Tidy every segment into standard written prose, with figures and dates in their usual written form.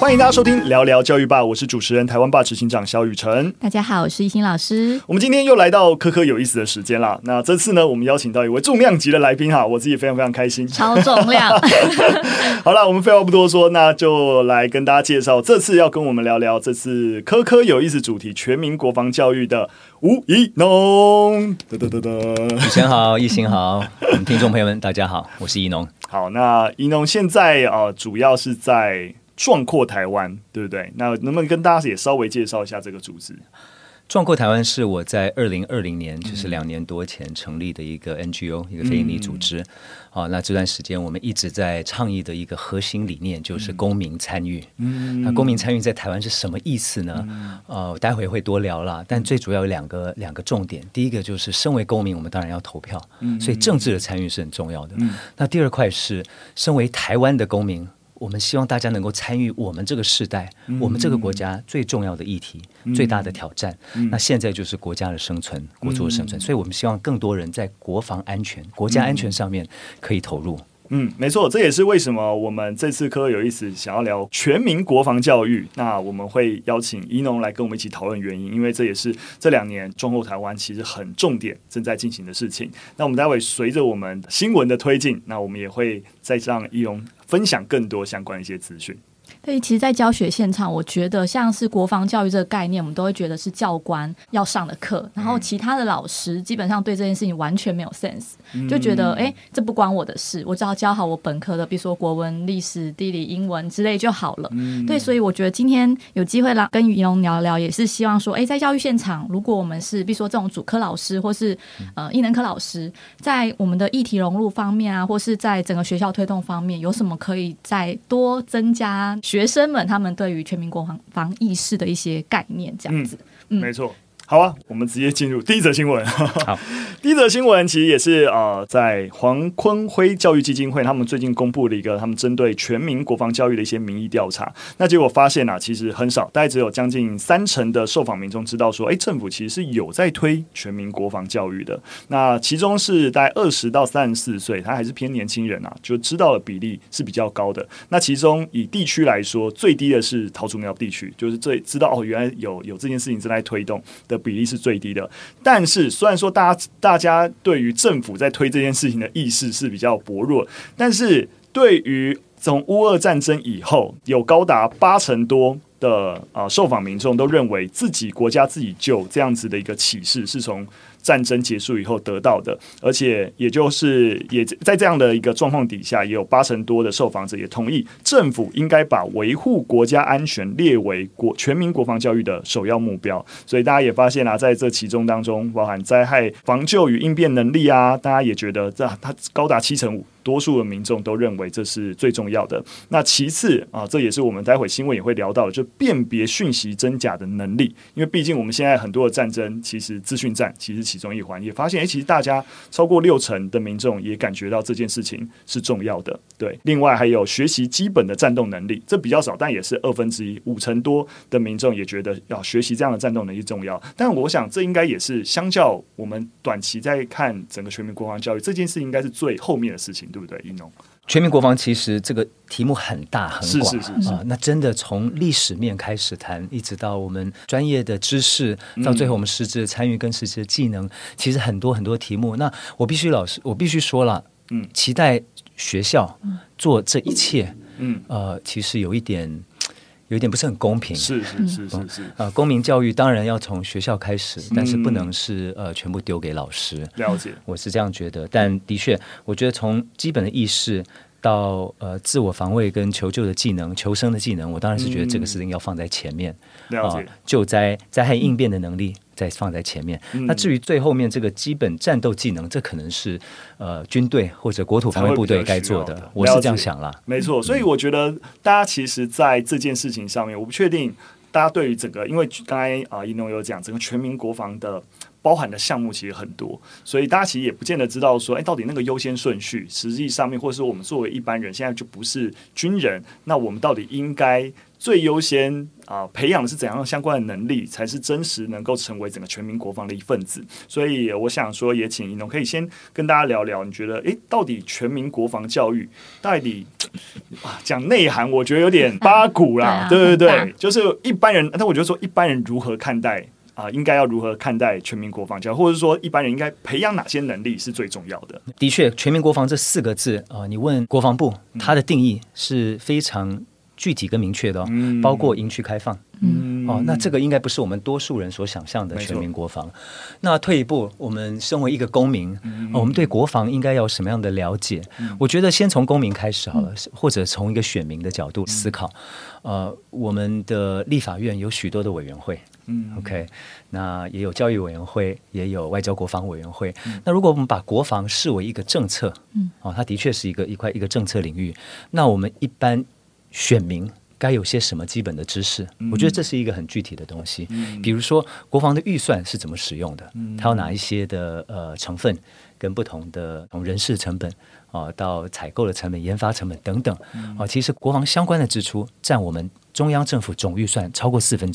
欢迎大家收听聊聊教育吧，我是主持人台湾吧执行长萧雨晨。 大家好，我是一心老师。 我们今天又来到科科有意思的时间啦。那这次呢，我们邀请到一位重量级的来宾哈，我自己非常非常开心， 超重量。 好了，我们废话不多说，那就来跟大家介绍这次要跟我们聊聊这次科科有意思主题全民国防教育的吴怡农。 主持人好，一心好，听众朋友们大家好，我是怡农。 好，那怡农现在主要是在壮阔台湾，对不对？那能不能跟大家也稍微介绍一下这个组织？ 壮阔台湾是我在2020年，就是2年多前成立的一个 NGO， 一个非营利组织。那这段时间我们一直在倡议的一个核心理念就是公民参与。那公民参与在台湾是什么意思呢？待会会多聊啦。但最主要有两个重点。第一个就是身为公民，我们当然要投票，所以政治的参与是很重要的。那第二块是身为台湾的公民，我们希望大家能够参与我们这个世代，我们这个国家最重要的议题，最大的挑战。那现在就是国家的生存，国族的生存，所以我们希望更多人在国防安全、国家安全上面可以投入。 没错，这也是为什么我们这次科有意思想要聊全民国防教育。那我们会邀请怡农来跟我们一起讨论原因，因为这也是这2年中后台湾其实很重点正在进行的事情。那我们待会随着我们新闻的推进，那我们也会再让怡农分享更多相关的一些资讯。 对，其实在教学现场，我觉得像是国防教育这个概念，我们都会觉得是教官要上的课，然后其他的老师基本上对这件事情完全没有 sense，就觉得这不关我的事，我只要教好我本科的，比如说国文、历史、地理、英文之类就好了。对，所以我觉得今天有机会跟怡农聊聊，也是希望说，在教育现场，如果我们是比如说这种主科老师或是艺能科老师，在我们的议题融入方面啊，或是在整个学校推动方面，有什么可以再多增加学生们他们对于全民国防意识的一些概念，这样子。 没错。好啊，我们直接进入第一则新闻。 好， 第一则新闻其实也是在黄坤辉教育基金会他们最近公布了一个他们针对全民国防教育的一些民意调查。那结果发现其实很少，大概只有将近30%的受访民众知道说，政府其实是有在推全民国防教育的。那其中是大概20到34岁，他还是偏年轻人就知道的比例是比较高的。那其中以地区来说，最低的是桃竹苗地区，就是最知道原来有这件事情正在推动的比例是最低的。但是虽然说大家对于政府在推这件事情的意识是比较薄弱，但是对于从乌俄战争以后，有高达80%多的受访民众都认为自己国家自己救这样子的一个启示是从战争结束以后得到的，而且也在这样的一个状况底下，也有80%多的受访者也同意政府应该把维护国家安全列为全民国防教育的首要目标。所以大家也发现在这其中当中，包含灾害防救与应变能力大家也觉得它高达75%。多数的民众都认为这是最重要的。那其次这也是我们待会新闻也会聊到的，就辨别讯息真假的能力。因为毕竟我们现在很多的战争，其实资讯战其实其中一环，也发现其实大家超过60%的民众也感觉到这件事情是重要的。对，另外还有学习基本的战斗能力，这比较少，但也是1/2，50%多的民众也觉得要学习这样的战斗能力重要。但我想这应该也是相较我们短期在看整个全民国防教育这件事，应该是最后面的事情。对不对，怡农？ 全民国防其实这个题目很大很广， 是那真的从历史面开始谈，一直到我们专业的知识，到最后我们实质的参与跟实质的技能，其实很多很多题目。那我必须说了，期待学校做这一切，其实有一点不是很公平。 是公民教育当然要从学校开始，但是不能是全部丢给老师。 了解， 我是这样觉得。但的确，我觉得从基本的意识到自我防卫跟求救的技能、求生的技能，我当然是觉得这个事情要放在前面。 了解， 救灾害应变的能力再放在前面。那至于最后面这个基本战斗技能，这可能是军队或者国土防卫部队该做的。我是这样想啦。 没错，所以我觉得大家其实在这件事情上面，我不确定大家对于整个，因为刚才怡农有讲整个全民国防的包含的项目其实很多，所以大家其实也不见得知道说，到底那个优先顺序，实际上面，或者是我们作为一般人，现在就不是军人，那我们到底应该最优先培养的是怎样相关的能力，才是真实能够成为整个全民国防的一份子？所以我想说，也请宜农可以先跟大家聊聊，你觉得到底全民国防教育到底讲内涵，我觉得有点八股啦，对对对，就是一般人，但我觉得说一般人如何看待？应该要如何看待全民国防教育，或者说一般人应该培养哪些能力是最重要的？ 的确，全民国防这4个字你问国防部，它的定义是非常具体跟明确的包括营区开放。那这个应该不是我们多数人所想象的全民国防。那退一步，我们身为一个公民，我们对国防应该要有什么样的了解？我觉得先从公民开始好了，或者从一个选民的角度思考。我们的立法院有许多的委员会。OK， 那也有教育委员会，也有外交国防委员会。那如果我们把国防视为一个政策，它的确是一个政策领域。那我们一般选民该有些什么基本的知识？我觉得这是一个很具体的东西。比如说，国防的预算是怎么使用的？它有哪一些的成分，跟不同的从人事成本到采购的成本、研发成本等等其实国防相关的支出占我们中央政府总预算超过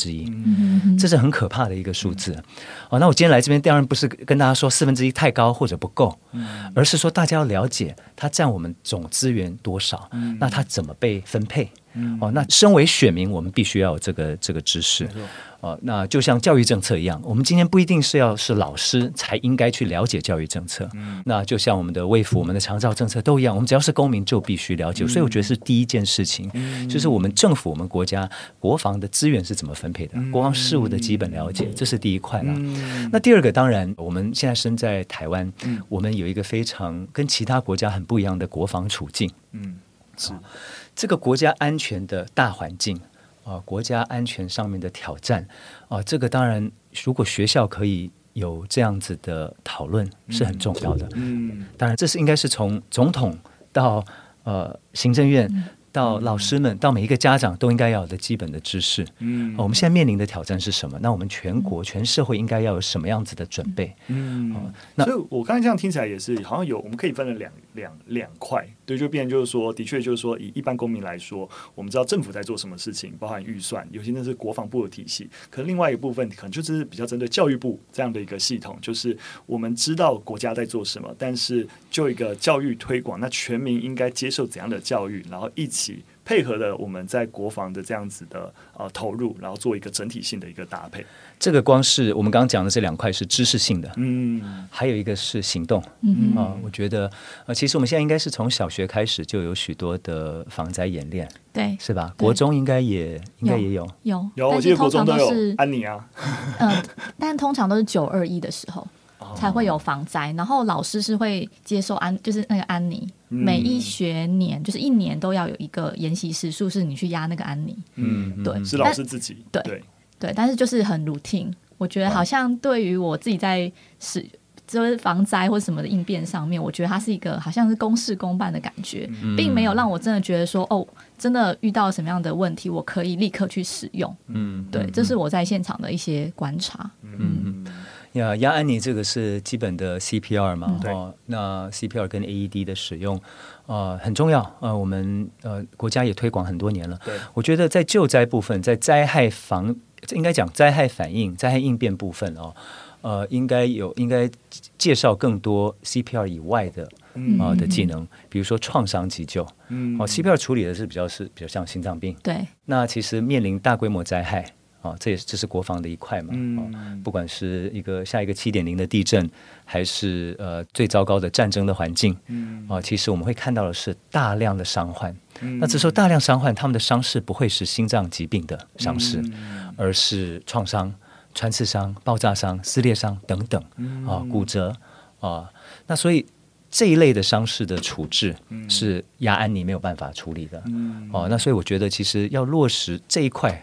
1/4，这是很可怕的一个数字。那我今天来这边当然不是跟大家说1/4太高或者不够，而是说大家要了解它占我们总资源多少，那它怎么被分配。那身为选民，我们必须要有这个知识。那就像教育政策一样，我们今天不一定是老师才应该去了解教育政策。那就像我们的卫福、我们的长照政策都一样，我们只要是公民就必须了解。所以我觉得是第一件事情，就是我们政府、我们国家国防的资源是怎么分配的，国防事务的基本了解，这是第一块啦。那第二个，当然我们现在身在台湾，我们有一个非常跟其他国家很不一样的国防处境。这个国家安全的大环境国家安全上面的挑战这个当然如果学校可以有这样子的讨论是很重要的。当然这是应该是从总统到行政院到老师们到每一个家长都应该要有的基本的知识。我们现在面临的挑战是什么？那我们全国全社会应该要有什么样子的准备？ 所以我刚才这样听起来也是好像我们可以分了两块，对，就变成就是说，的确就是说，以一般公民来说，我们知道政府在做什么事情，包含预算，尤其那是国防部的体系。可是另外一部分可能就是比较针对教育部这样的一个系统，就是我们知道国家在做什么，但是就一个教育推广，那全民应该接受怎样的教育，然后一起配合了我们在国防的这样子的投入，然后做一个整体性的一个搭配。 这个光是我们刚刚讲的这2块是知识性的，还有一个是行动。我觉得其实我们现在应该是从小学开始就有许多的防灾演练， 对， 是吧？国中应该也有， 我记得国中都有安妮啊， 但通常都是921的时候才会有防灾，然后老师是会接受就是那个安妮，每一学年就是1年都要有一个研习时数是你去压那个安妮。对， 是老师自己。 对，但是就是很 routine。我觉得好像对于我自己在就是防灾或什么的应变上面，我觉得它是一个好像是公事公办的感觉，并没有让我真的觉得说真的遇到什么样的问题，我可以立刻去使用。对，这是我在现场的一些观察。 压安妮这个是基本的 CPR 嘛，那 CPR 跟 AED 的使用很重要。我们国家也推广很多年了。我觉得在救灾部分，在灾害应该讲灾害反应、灾害应变部分应该介绍更多 CPR 以外的的技能，比如说创伤急救。CPR 处理的是比较像心脏病。 对， 那其实面临大规模灾害。这是国防的一块嘛。不管是下一个7.0的地震，还是最糟糕的战争的环境，其实我们会看到的是大量的伤患。那这时候大量伤患，他们的伤势不会是心脏疾病的伤势，而是创伤、穿刺伤、爆炸伤、撕裂伤等等骨折那所以这一类的伤势的处置是压安妮没有办法处理的。那所以我觉得其实要落实这一块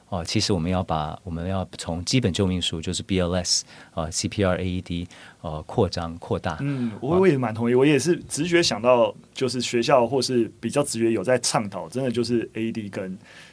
其实我们要从基本救命术就是 BLS CPR AED 扩大。 我也蛮同意，我也是直觉想到，就是学校或是比较直觉有在倡导，真的就是 AED 跟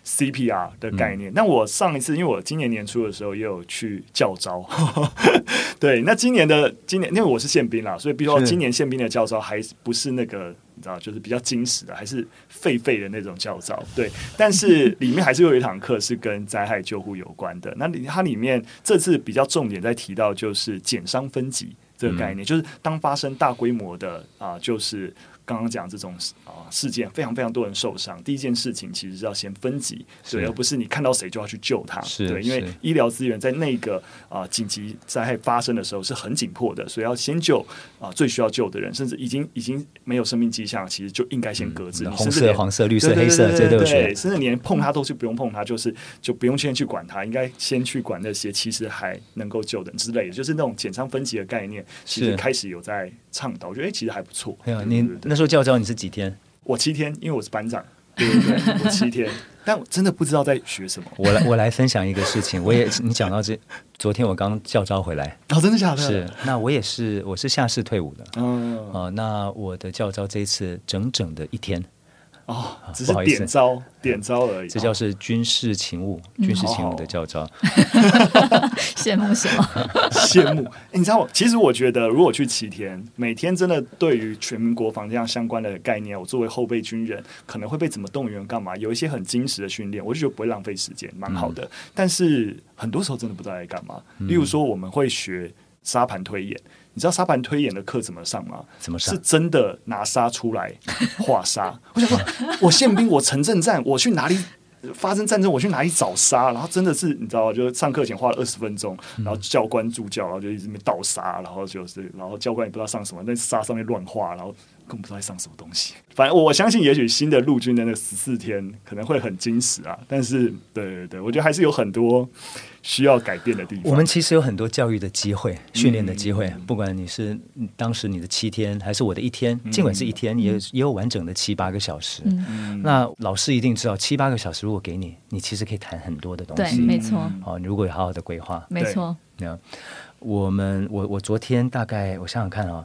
CPR 的概念。那我上一次，因为我今年年初的时候也有去教招，对，那今年因为我是宪兵啦，所以比如说今年宪兵的教招还不是那个你知道，就是比较精实的，还是废的那种教招，对。但是里面还是有一堂课是跟灾害救护有关的。那它里面这次比较重点在提到就是减伤分级这个概念，就是当发生大规模的就是刚刚讲这种事件，非常非常多人受伤，第一件事情其实是要先分级，对，而不是你看到谁就要去救他，对，因为医疗资源在那个紧急灾害发生的时候是很紧迫的，所以要先救最需要救的人，甚至已经没有生命迹象，其实就应该先搁置。 红色、黄色、绿色、黑色，这都有学， 甚至连碰他都是不用碰他，就不用先去管他，应该先去管那些其实还能够救的人之类的，就是那种减伤分级的概念，其实开始有在倡导，我觉得其实还不错。 你那时候教招你是几天？ 我7天，因为我是班长，对，我7天，但我真的不知道在学什么。 我来分享一个事情，你讲到昨天我刚教招回来， 真的假的？ 是，那我是下士退伍的，那我的教招这一次整的1天。 只是点招而已， 这叫是军事勤务的教招。 羡慕什么？ 羡慕。你知道，其实我觉得，如果去7天，每天真的对于全民国防这样相关的概念，我作为后备军人，可能会被怎么动员干嘛？有一些很精实的训练，我就觉得不会浪费时间，蛮好的。但是很多时候真的不知道在干嘛。例如说，我们会学沙盘推演。你知道沙盘推演的课怎么上吗？ 怎么上？ 是真的拿沙出来画沙。我想说，我宪兵，我城镇战，我去哪里发生战争，我去哪里找沙？然后真的是你知道，就上课前花了20分钟，然后教官助教，然后就一直在倒沙，然后教官也不知道上什么，在沙上面乱画，然后更不知道在上什么东西。反正我相信，也许新的陆军的那14天可能会很精实啊，但是对，我觉得还是有很多需要改变的地方。 我们其实有很多教育的机会、训练的机会，不管你是当时你的7天，还是我的1天，尽管是1天，也有完整的7、8个小时。那老师一定知道7、8个小时如果给你其实可以谈很多的东西。 对，没错。 你如果有好好的规划， 没错。 我昨天大概我想想看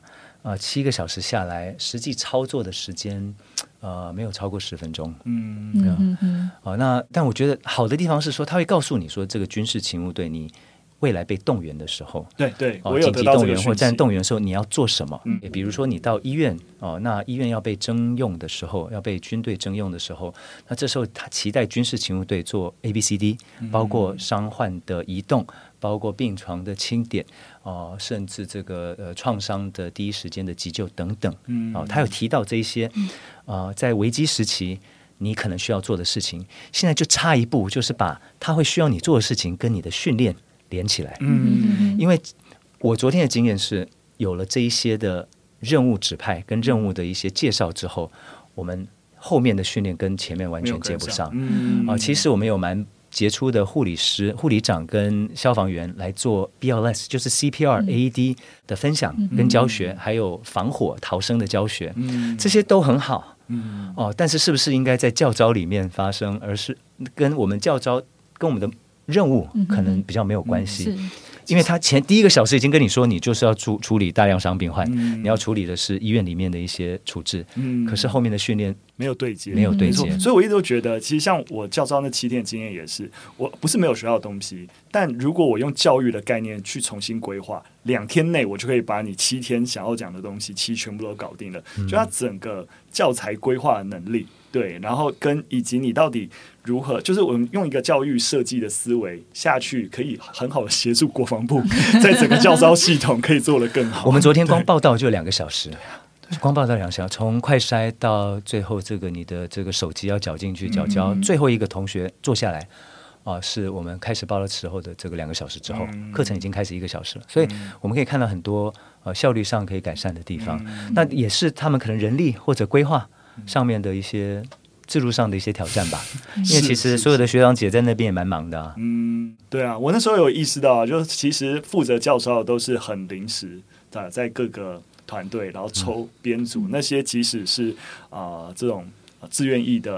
7个小时下来，实际操作的时间没有超过10分钟。但我觉得好的地方是说，他会告诉你说，这个军事勤务队你未来被动员的时候， 对，我有得到这个讯息，紧急动员或战动员的时候，你要做什么？比如说你到医院那医院要被征用的时候，要被军队征用的时候，那这时候他期待军事勤务队做 ABCD，包括伤患的移动，包括病床的清点，甚至这个创伤的第一时间的急救等等。他有提到这一些在危机时期你可能需要做的事情。现在就差一步，就是把他会需要你做的事情跟你的训练连起来。因为我昨天的经验是，有了这一些的任务指派跟任务的一些介绍之后，我们后面的训练跟前面完全接不上。其实我们有蛮杰出的护理师、护理长跟消防员来做 BLS， 就是 CPR、AED 的分享跟教学，还有防火逃生的教学，这些都很好。但是不是应该在教招里面发生，而是跟我们教招跟我们的任务可能比较没有关系。因为他第一个小时已经跟你说，你就是要处理大量伤病患，你要处理的是医院里面的一些处置，可是后面的训练没有对接，所以我一直都觉得，其实像我教招那7天的经验也是，我不是没有学到的东西，但如果我用教育的概念去重新规划，2天内我就可以把你7天想要讲的东西全部都搞定了，就它整个教材规划的能力。对，然后以及你到底如何，就是我们用一个教育设计的思维下去，可以很好的协助国防部在整个教招系统可以做得更好。 我们昨天光报道就2个小时，光报道2小时，从快筛到最后你的这个手机要缴进去缴交，最后一个同学坐下来是我们开始报的时候的这个2个小时之后，课程已经开始1个小时了，所以我们可以看到很多效率上可以改善的地方。那也是他们可能人力或者规划上面的一些制度上的一些挑战吧，因为其实所有的学长姐在那边也蛮忙的。 对啊，我那时候有意识到就是其实负责教招的都是很临时在各个团队，然后抽编组，那些即使是这种自愿役的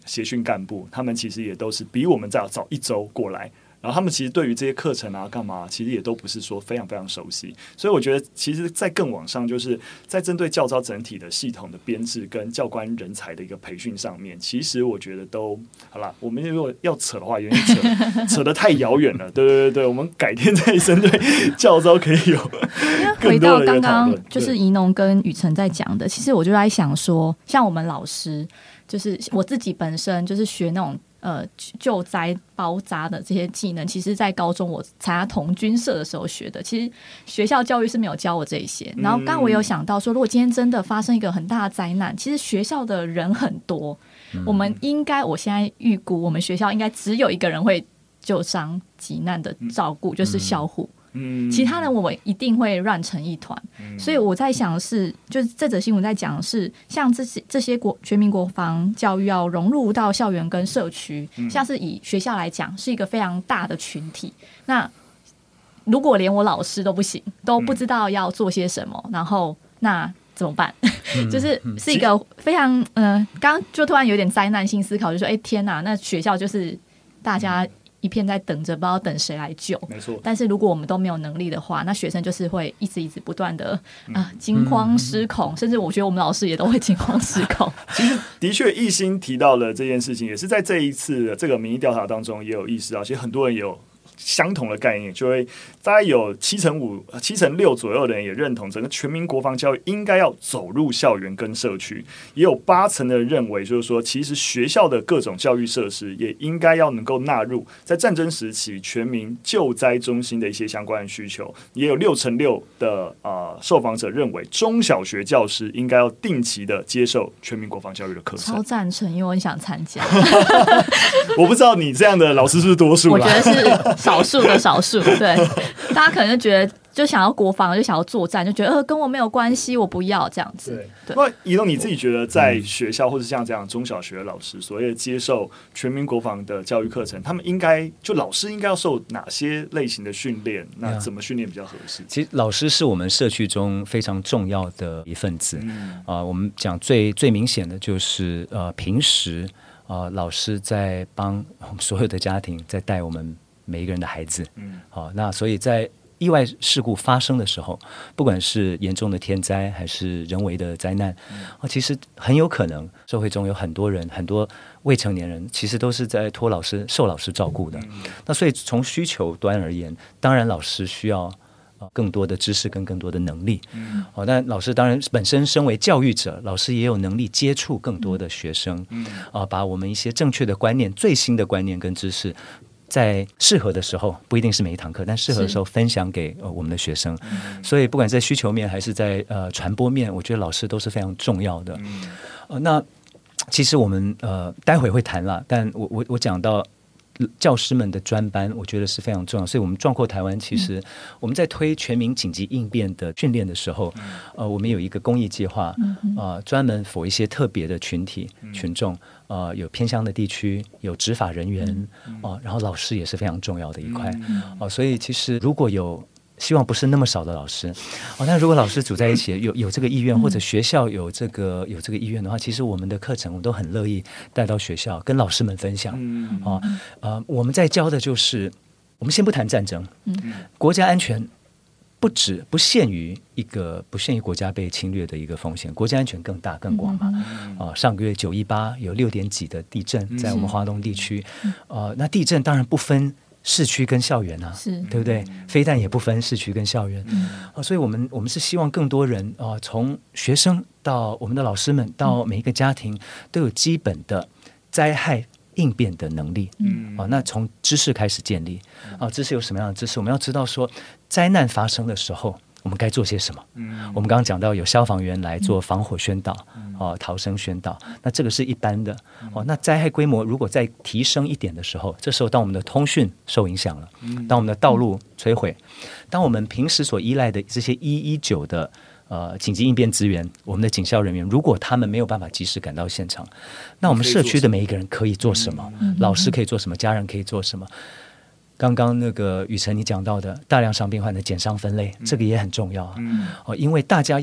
协训干部，他们其实也都是比我们再早1周过来。然后他们其实对于这些课程啊干嘛其实也都不是说非常非常熟悉，所以我觉得其实在更往上，就是在针对教招整体的系统的编制跟教官人才的一个培训上面，其实我觉得都好啦，我们如果要扯的话有点扯得太遥远了。对，我们改天再针对教招可以有更多的一个讨论。回到刚刚就是宜农跟宇辰在讲的，其实我就在想说，像我们老师，就是我自己本身就是学那种救灾包扎的这些技能，其实在高中我参加童军社的时候学的，其实学校教育是没有教我这些。然后刚刚我有想到说，如果今天真的发生一个很大的灾难，其实学校的人很多，我们应该，我现在预估我们学校应该只有一个人会救伤急难的照顾，就是校护。其他人我们一定会乱成一团，所以我在想的是，就是这则新闻在讲的是，像这些全民国防教育要融入到校园跟社区，像是以学校来讲是一个非常大的群体。那如果连我老师都不行，都不知道要做些什么，然后那怎么办？就是一个非常刚刚就突然有点灾难性思考，就说天哪，那学校就是大家一片在等着，不知道等谁来救。 没错。但是如果我们都没有能力的话，那学生就是会一直不断的惊慌失恐，甚至我觉得我们老师也都会惊慌失恐。 其实的确，奕欣提到了这件事情，也是在这一次的这个民意调查当中也有意识到，其实很多人也有相同的概念，就会大概有7成5、7成6左右的人也认同整个全民国防教育应该要走入校园跟社区，也有8成的人认为，就是说，其实学校的各种教育设施也应该要能够纳入在战争时期全民救灾中心的一些相关的需求，也有6成6的受访者认为，中小学教师应该要定期的接受全民国防教育的课程。 超赞成，因为我很想参加。 我不知道你这样的老师是不是多数啦？ 我觉得是少数的少数，对，大家可能就觉得就想要国防，就想要作战，就觉得跟我没有关系，我不要这样子。 对。那宜农你自己觉得在学校或者像这样中小学的老师，所谓的接受全民国防的教育课程，他们老师应该要受哪些类型的训练？那怎么训练比较合适？ 其实老师是我们社区中非常重要的一份子。我们讲最明显的就是平时老师在帮我们所有的家庭在带我们每一个人的孩子。那所以在意外事故发生的时候，不管是严重的天灾还是人为的灾难，其实很有可能社会中有很多人，很多未成年人其实都是在受老师照顾的。那所以从需求端而言，当然老师需要更多的知识跟更多的能力。但老师当然本身身为教育者，老师也有能力接触更多的学生，把我们一些正确的观念、最新的观念跟知识，在适合的时候，不一定是每一堂课，但适合的时候分享给我们的学生。所以不管在需求面还是在传播面，我觉得老师都是非常重要的。那其实我们待会会谈啦，但我讲到教师们的专班，我觉得是非常重要。所以我们壮阔台湾，其实我们在推全民紧急应变的训练的时候，我们有一个公益计划，专门for一些特别的群体群众，有偏乡的地区，有执法人员，然后老师也是非常重要的一块。所以其实如果有希望不是那么少的老师，但如果老师组在一起有这个意愿，或者学校有这个意愿的话，其实我们的课程我们都很乐意带到学校跟老师们分享。我们在教的就是，我们先不谈战争，国家安全不限于国家被侵略的一个风险，国家安全更大更广嘛。上个月918有6点几的地震在我们华东地区，那地震当然不分市区跟校园啊，对不对？飞弹也不分市区跟校园。所以我们是希望更多人从学生到我们的老师们，到每一个家庭都有基本的灾害应变的能力。那从知识开始建立。知识有什么样的知识？我们要知道说，灾难发生的时候我们该做些什么。我们刚刚讲到有消防员来做防火宣导，逃生宣导，那这个是一般的。那灾害规模如果再提升一点的时候，这时候当我们的通讯受影响了，当我们的道路摧毁，当我们平时所依赖的这些119的紧急应变资源，我们的警校人员如果他们没有办法及时赶到现场，那我们社区的每一个人可以做什么？老师可以做什么？家人可以做什么？刚刚那个宇辰你讲到的大量伤病患的减伤分类，这个也很重要因为大家要有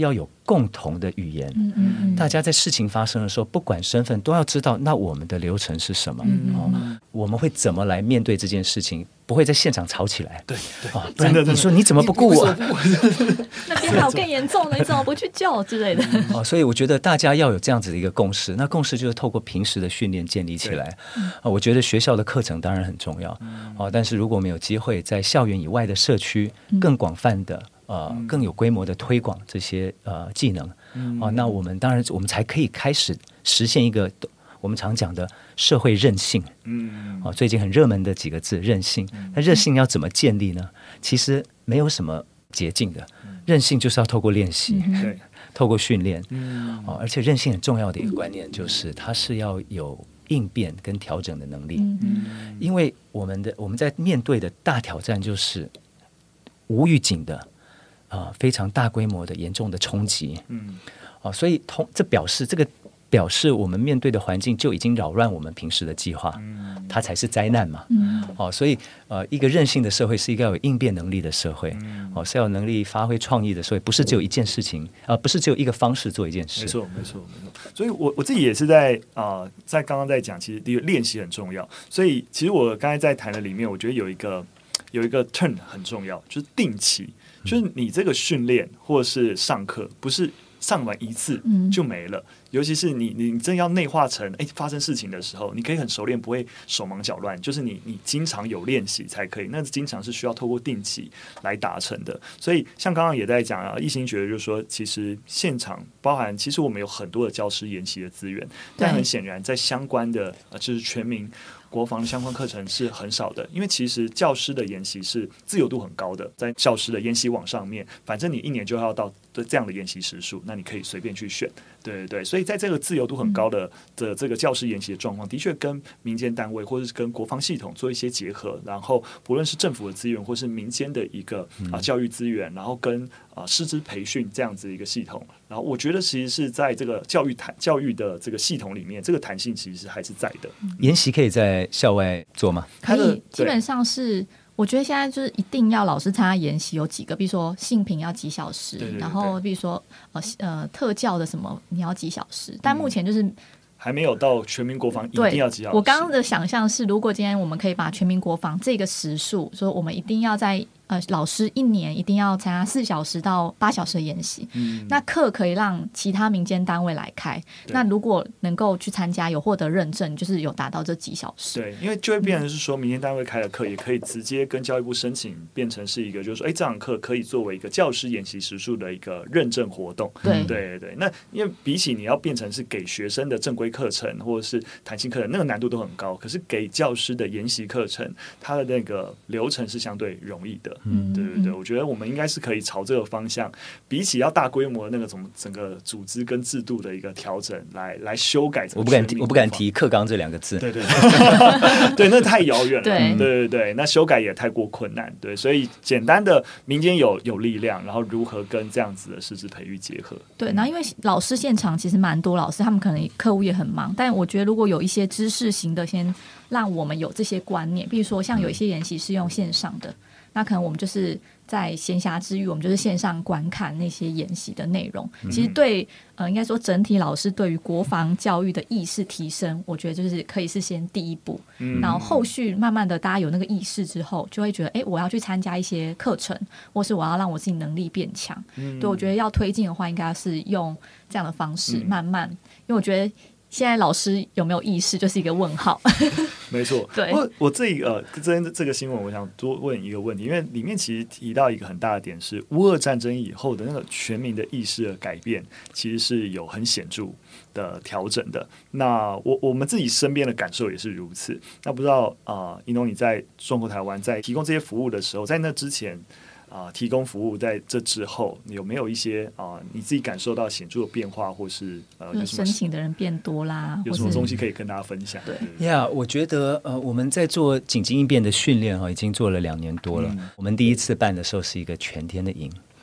共同的语言。大家在事情发生的时候，不管身份，都要知道那我们的流程是什么，我们会怎么来面对这件事情，不会在现场吵起来。 对对， 不然你说你怎么不顾我？ 那边还有更严重的，你怎么不去救之类的？ 所以我觉得大家要有这样子的一个共识，那共识就是透过平时的训练建立起来。我觉得学校的课程当然很重要，但是如果我们有机会在校园以外的社区更广泛的更有规模的推广这些技能，那我们当然我们才可以开始实现一个我们常讲的社会韧性。最近很热门的几个字韧性，那韧性要怎么建立呢？其实没有什么捷径的，韧性就是要透过练习，透过训练。而且韧性很重要的一个观念就是它是要有应变跟调整的能力。因为我们在面对的大挑战就是无预警的非常大规模的严重的冲击。所以这表示我们面对的环境就已经扰乱我们平时的计划，它才是灾难嘛。所以一个韧性的社会是一个要有应变能力的社会，是要有能力发挥创意的社会，不是只有一件事情，不是只有一个方式做一件事。 没错。所以我自己也是在刚刚在讲，其实第一个练习很重要。所以其实我刚才在谈的里面，我觉得有一个 turn 很重要，就是定期，就是你这个训练或是上课不是上完一次就没了，尤其是你真要内化成发生事情的时候，你可以很熟练，不会手忙脚乱，就是你经常有练习才可以，那经常是需要透过定期来达成的。所以像刚刚也在讲奕欣觉得就是说，其实现场包含其实我们有很多的教师研习的资源，但很显然在相关的就是全民国防的相关课程是很少的，因为其实教师的研习是自由度很高的，在教师的研习网上面，反正你一年就要到这样的研习时数，那你可以随便去选。对，所以在这个自由度很高的这个教师研习的状况，的确跟民间单位或者是跟国防系统做一些结合，然后不论是政府的资源或是民间的一个教育资源，然后跟师资培训这样子一个系统，然后我觉得其实是在这个教育的这个系统里面，这个弹性其实还是在的。 研习可以在校外做吗？ 可以，基本上是。我觉得现在就是一定要老师参加研习，有几个，比如说性平要几小时， 对， 然后比如说特教的什么你要几小时，但目前就是还没有到全民国防一定要几小时。 我刚刚的想象是，如果今天我们可以把全民国防这个时数，说我们一定要在老师一年一定要参加4小时到8小时的研习，那课可以让其他民间单位来开，那如果能够去参加有获得认证，就是有达到这几小时。 对，因为就会变成是说民间单位开的课也可以直接跟教育部申请，变成是一个就是说这堂课可以作为一个教师研习时数的一个认证活动。对，那因为比起你要变成是给学生的正规课程或者是弹性课程，那个难度都很高，可是给教师的研习课程，它的那个流程是相对容易的。对，我觉得我们应该是可以朝这个方向，比起要大规模的那个整个组织跟制度的一个调整来修改。 我不敢提课纲这2个字。 对，对，那太遥远了。对，那修改也太过困难。对，所以简单的民间有力量，然后如何跟这样子的师资培育结合。 对，然后因为老师现场其实蛮多老师，他们可能课务也很忙，但我觉得如果有一些知识型的，先让我们有这些观念，比如说像有一些研习是用线上的。那可能我们就是在闲暇之余，我们就是线上观看那些研习的内容。其实对应该说整体老师对于国防教育的意识提升，我觉得就是可以是先第一步。然后后续慢慢的大家有那个意识之后，就会觉得我要去参加一些课程，或是我要让我自己能力变强。对，我觉得要推进的话，应该是用这样的方式慢慢，因为我觉得现在老师有没有意识就是一个问号。 没错， 对。 我这个新闻，我想多问一个问题，因为里面其实提到一个很大的点是，乌俄战争以后的那个全民的意识的改变，其实是有很显著的调整的。那我们自己身边的感受也是如此。那不知道一农你在中国台湾在提供这些服务的时候，在那之前提供服务，在这之后有没有一些你自己感受到显著的变化，或是申请的人变多啦， 有什么东西可以跟大家分享？ 对呀，我觉得我们在做紧急应变的训练已经做了2年多了。我们第一次办的时候是一个全天的营，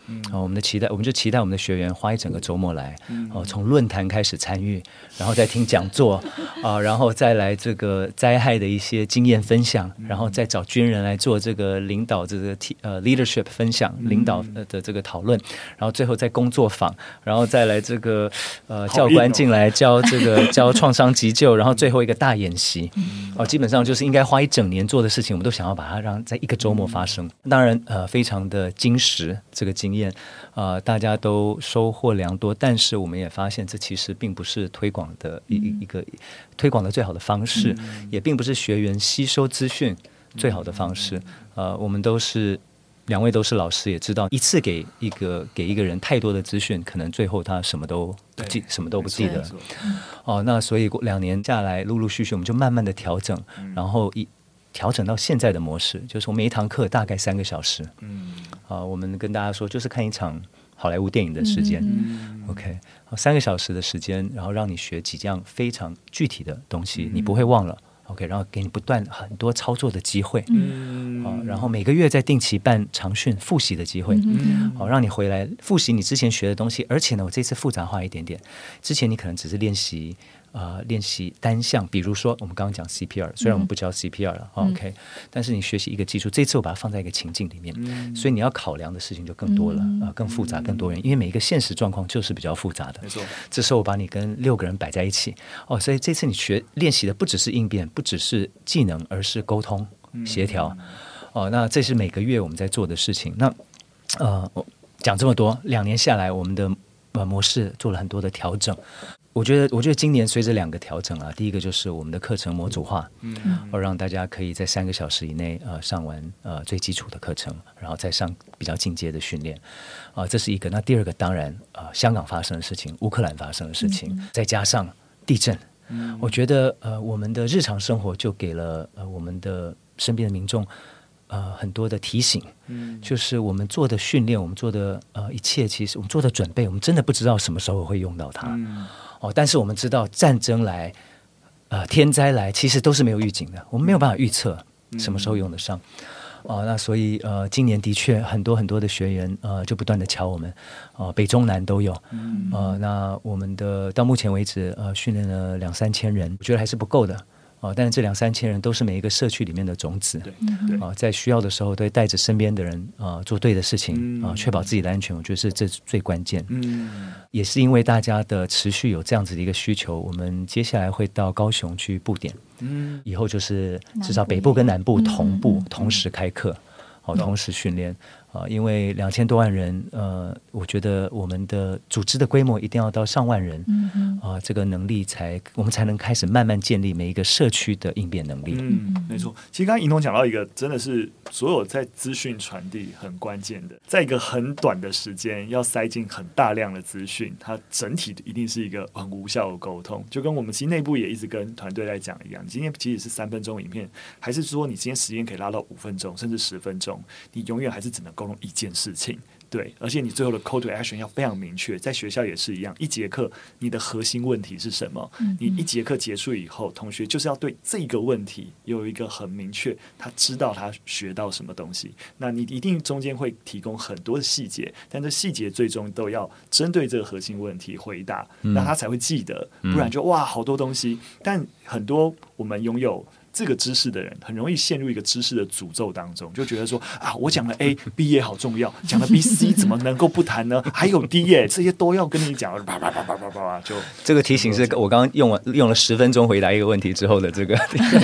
我们就期待我们的学员花一整个周末来，从论坛开始参与，然后再听讲座然后再来这个灾害的一些经验分享，然后再找军人来做这个领导这个leadership 分享，领导的这个讨论，然后最后再工作坊，然后再来这个教官进来教这个教创伤急救，然后最后一个大演习基本上就是应该花一整年做的事情，我们都想要把它让在一个周末发生。当然非常的精实这个经验大家都收获良多，但是我们也发现这其实并不是推广的一个推广的最好的方式，也并不是学员吸收资讯最好的方式。我们两位都是老师，也知道一次给一个人太多的资讯，可能最后他什么都不记得。那所以2年下来，陆陆续续我们就慢慢的调整，然后调整到现在的模式，就是我每一堂课大概3个小时。我们跟大家说，就是看一场好莱坞电影的时间。OK， 3个小时的时间，然后让你学几样非常具体的东西，你不会忘了。OK， 然后给你不断很多操作的机会。然后每个月再定期办长训复习的机会。让你回来复习你之前学的东西，而且呢，我这次复杂化一点点。之前你可能只是练习单项，比如说我们刚刚讲 CPR， 虽然我们不教 CPR 了，OK， 但是你学习一个技术，这次我把它放在一个情境里面，所以你要考量的事情就更多了，更复杂更多元，因为每一个现实状况就是比较复杂的。 没错， 这时候我把你跟6个人摆在一起，所以这次你练习的不只是应变，不只是技能，而是沟通协调。那这是每个月我们在做的事情。那讲这么多，2年下来，我们的模式做了很多的调整。我觉得今年随着2个调整第一个就是我们的课程模组化，让大家可以在3个小时以内上完最基础的课程，然后再上比较进阶的训练，这是一个。那第2个当然香港发生的事情，乌克兰发生的事情，再加上地震，我觉得我们的日常生活就给了我们的身边的民众很多的提醒，就是我们做的训练，我们做的一切，其实我们做的准备，我们真的不知道什么时候会用到它。但是我们知道战争来天灾来其实都是没有预警的，我们没有办法预测什么时候用得上。那所以今年的确很多很多的学员就不断的敲我们，北中南都有。那我们的到目前为止训练了2-3千人，我觉得还是不够的。但是这2-3千人都是每一个社区里面的种子，在需要的时候都会带着身边的人做对的事情，确保自己的安全，我觉得这是最关键。也是因为大家的持续有这样子的一个需求，我们接下来会到高雄去布点，以后就是至少北部跟南部同步同时开课，同时训练。因为2000多万人，我觉得我们的组织的规模一定要到上万人，这个能力我们才能开始慢慢建立每一个社区的应变能力。 没错。其实刚刚尹彤讲到一个，真的是所有在资讯传递很关键的，在一个很短的时间要塞进很大量的资讯，它整体一定是一个很无效的沟通。就跟我们其实内部也一直跟团队在讲一样，今天即使是3分钟影片，还是说你今天时间可以拉到5分钟甚至10分钟，你永远还是只能沟通一件事情。对，而且你最后的 call to action 要非常明确，在学校也是一样，一节课你的核心问题是什么？你一节课结束以后，同学就是要对这个问题有一个很明确，他知道他学到什么东西。那你一定中间会提供很多的细节，但这细节最终都要针对这个核心问题回答，那他才会记得，不然就哇好多东西。但很多我们拥有这个知识的人很容易陷入一个知识的诅咒当中，就觉得说我讲了 A，B 也好重要，讲了 B、C 怎么能够不谈呢？还有 D 耶，这些都要跟你讲，啪啪啪啪啪啪，就这个提醒是我刚刚用了10分钟回答一个问题之后的这个。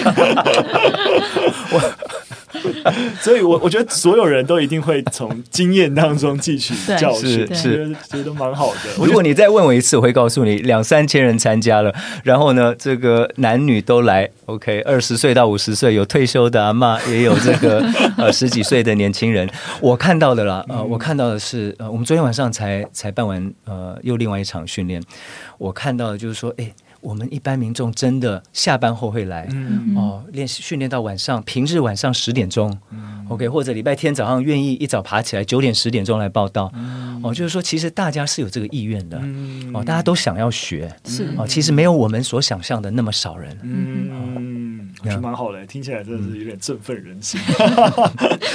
所以我觉得所有人都一定会从经验当中汲取教训， 是觉得蛮好的。 如果你再问我一次，我会告诉你2-3千人参加了，然后呢，这个男女都来 ，OK， 20岁到50岁，有退休的阿嬷，也有这个10几岁的年轻人。我看到的啦，我看到的是，我们昨天晚上才办完又另外一场训练，我看到的就是说，我们一般民众真的下班后会来，训练到晚上，平日晚上10点钟，OK， 或者礼拜天早上愿意一早爬起来9点10点钟来报道，就是说其实大家是有这个意愿的，大家都想要学，其实没有我们所想象的那么少人， 我觉得蛮好的，听起来真的是有点振奋人心。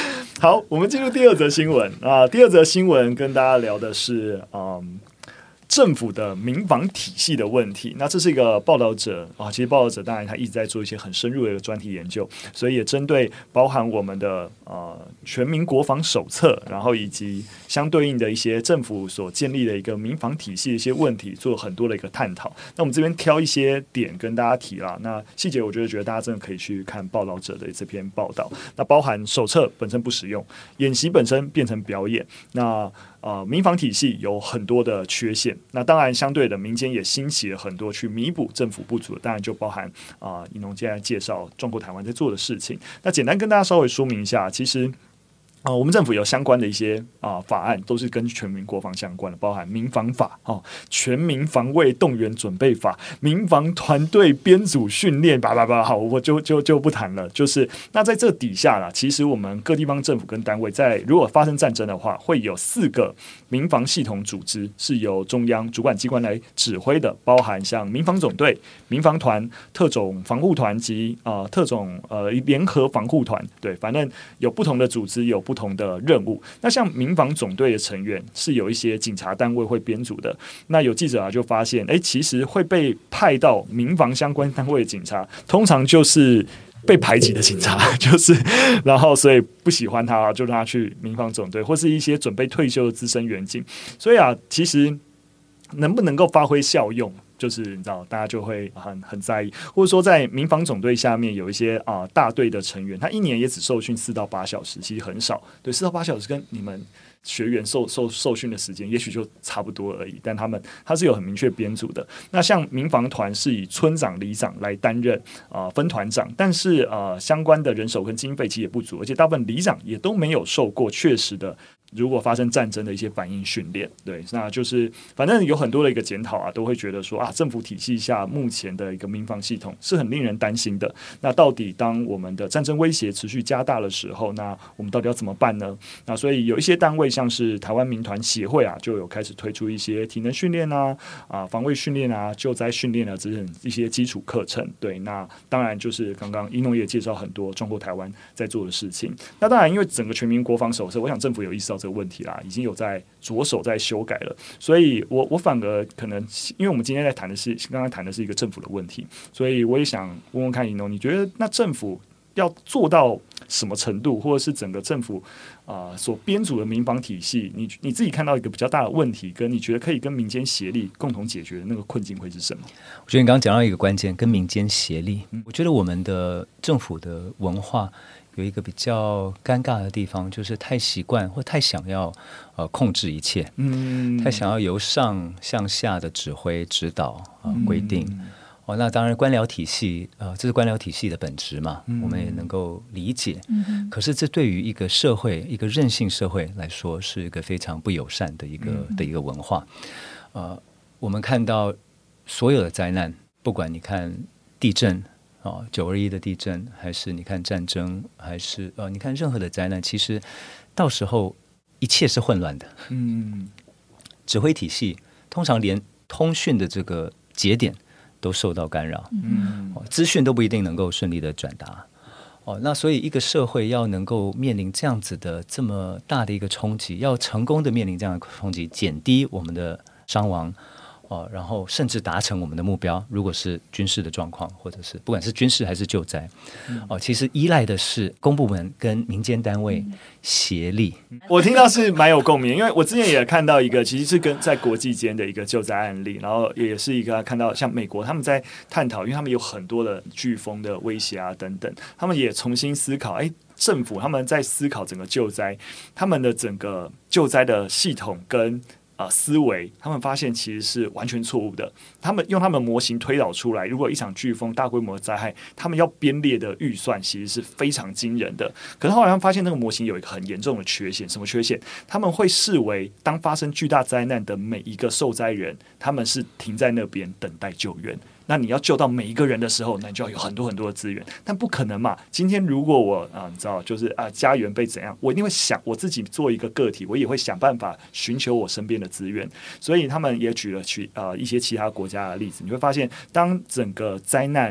好，我们进入第二则新闻啊。第二则新闻跟大家聊的是政府的民防体系的问题。那这是一个报道者啊，其实报道者当然他一直在做一些很深入的一个专题研究，所以也针对包含我们的全民国防手册，然后以及相对应的一些政府所建立的一个民防体系的一些问题，做了很多的一个探讨。那我们这边挑一些点跟大家提啦，那细节我觉得大家真的可以去看报道者的这篇报道。那包含手册本身不实用，演习本身变成表演，那民防体系有很多的缺陷，那当然相对的民间也兴起了很多去弥补政府不足的，当然就包含宜农接下来介绍中国台湾在做的事情。那简单跟大家稍微说明一下，其实我们政府有相关的一些法案，都是跟全民国防相关的，包含民防法、全民防卫动员准备法、民防团队编组训练，好，我就不谈了。就是那在这底下啦，其实我们各地方政府跟单位在如果发生战争的话，会有4个民防系统组织是由中央主管机关来指挥的，包含像民防总队、民防团、特种防护团及特种联合防护团，对，反正有不同的组织，有不同的任务。那像民防总队的成员是有一些警察单位会编组的。那有记者就发现，其实会被派到民防相关单位的警察，通常就是被排挤的警察，就是然后所以不喜欢他，就让他去民防总队，或是一些准备退休的资深员警。所以其实能不能够发挥效用，就是你知道，大家就会很在意，或者说在民防总队下面有一些大队的成员，他一年也只受训4到8小时，其实很少。对，4到8小时跟你们学员受训的时间也许就差不多而已，但他是有很明确编组的。那像民防团是以村长、里长来担任分团长，但是相关的人手跟经费其实也不足，而且大部分里长也都没有受过确实的如果发生战争的一些反应训练。对，那就是反正有很多的一个检讨都会觉得说政府体系下目前的一个民防系统是很令人担心的。那到底当我们的战争威胁持续加大的时候，那我们到底要怎么办呢？那所以有一些单位像是台湾民团协会就有开始推出一些体能训练防卫训练救灾训练这种一些基础课程。对，那当然就是刚刚宜农也介绍很多中国台湾在做的事情。那当然因为整个全民国防手册，我想政府有意识到这个问题啦，已经有在着手在修改了。所以我反而可能因为我们今天刚刚谈的是一个政府的问题，所以我也想问问看宜农，你觉得那政府要做到什么程度，或者是整个政府所编组的民防体系，你自己看到一个比较大的问题，跟你觉得可以跟民间协力共同解决的那个困境会是什么？ 我觉得你刚刚讲到一个关键，跟民间协力。我觉得我们的政府的文化有一个比较尴尬的地方，就是太习惯或太想要控制一切，太想要由上向下的指挥、指导、规定。那当然官僚体系这是官僚体系的本质嘛，我们也能够理解。可是这对于一个社会，一个韧性社会来说，是一个非常不友善的一个文化。我们看到所有的灾难，不管你看地震921的地震，还是你看战争，还是你看任何的灾难，其实到时候一切是混乱的。指挥体系通常连通讯的这个节点都受到干扰，资讯都不一定能够顺利的转达。那所以一个社会要能够面临这样子的这么大的一个冲击，要成功的面临这样的冲击，减低我们的伤亡，然后甚至达成我们的目标，如果是军事的状况，或者是不管是军事还是救灾，其实依赖的是公部门跟民间单位协力。 我听到是蛮有共鸣，因为我之前也看到一个其实是跟在国际间的一个救灾案例，然后也是一个看到像美国他们在探讨，因为他们有很多的飓风的威胁等等，他们也重新思考政府他们在思考整个救灾，他们的整个救灾的系统跟思维，他们发现其实是完全错误的。他们用他们模型推导出来，如果一场飓风大规模的灾害，他们要编列的预算其实是非常惊人的。可是后来他们发现那个模型有一个很严重的缺陷，什么缺陷？他们会视为当发生巨大灾难的每一个受灾人，他们是停在那边等待救援。那你要救到每一个人的时候，那你就要有很多很多的资源，但不可能嘛。今天如果我你知道，就是家园被怎样，我一定会想我自己做一个个体，我也会想办法寻求我身边的资源。所以他们也举了一些其他国家的例子，你会发现，当整个灾难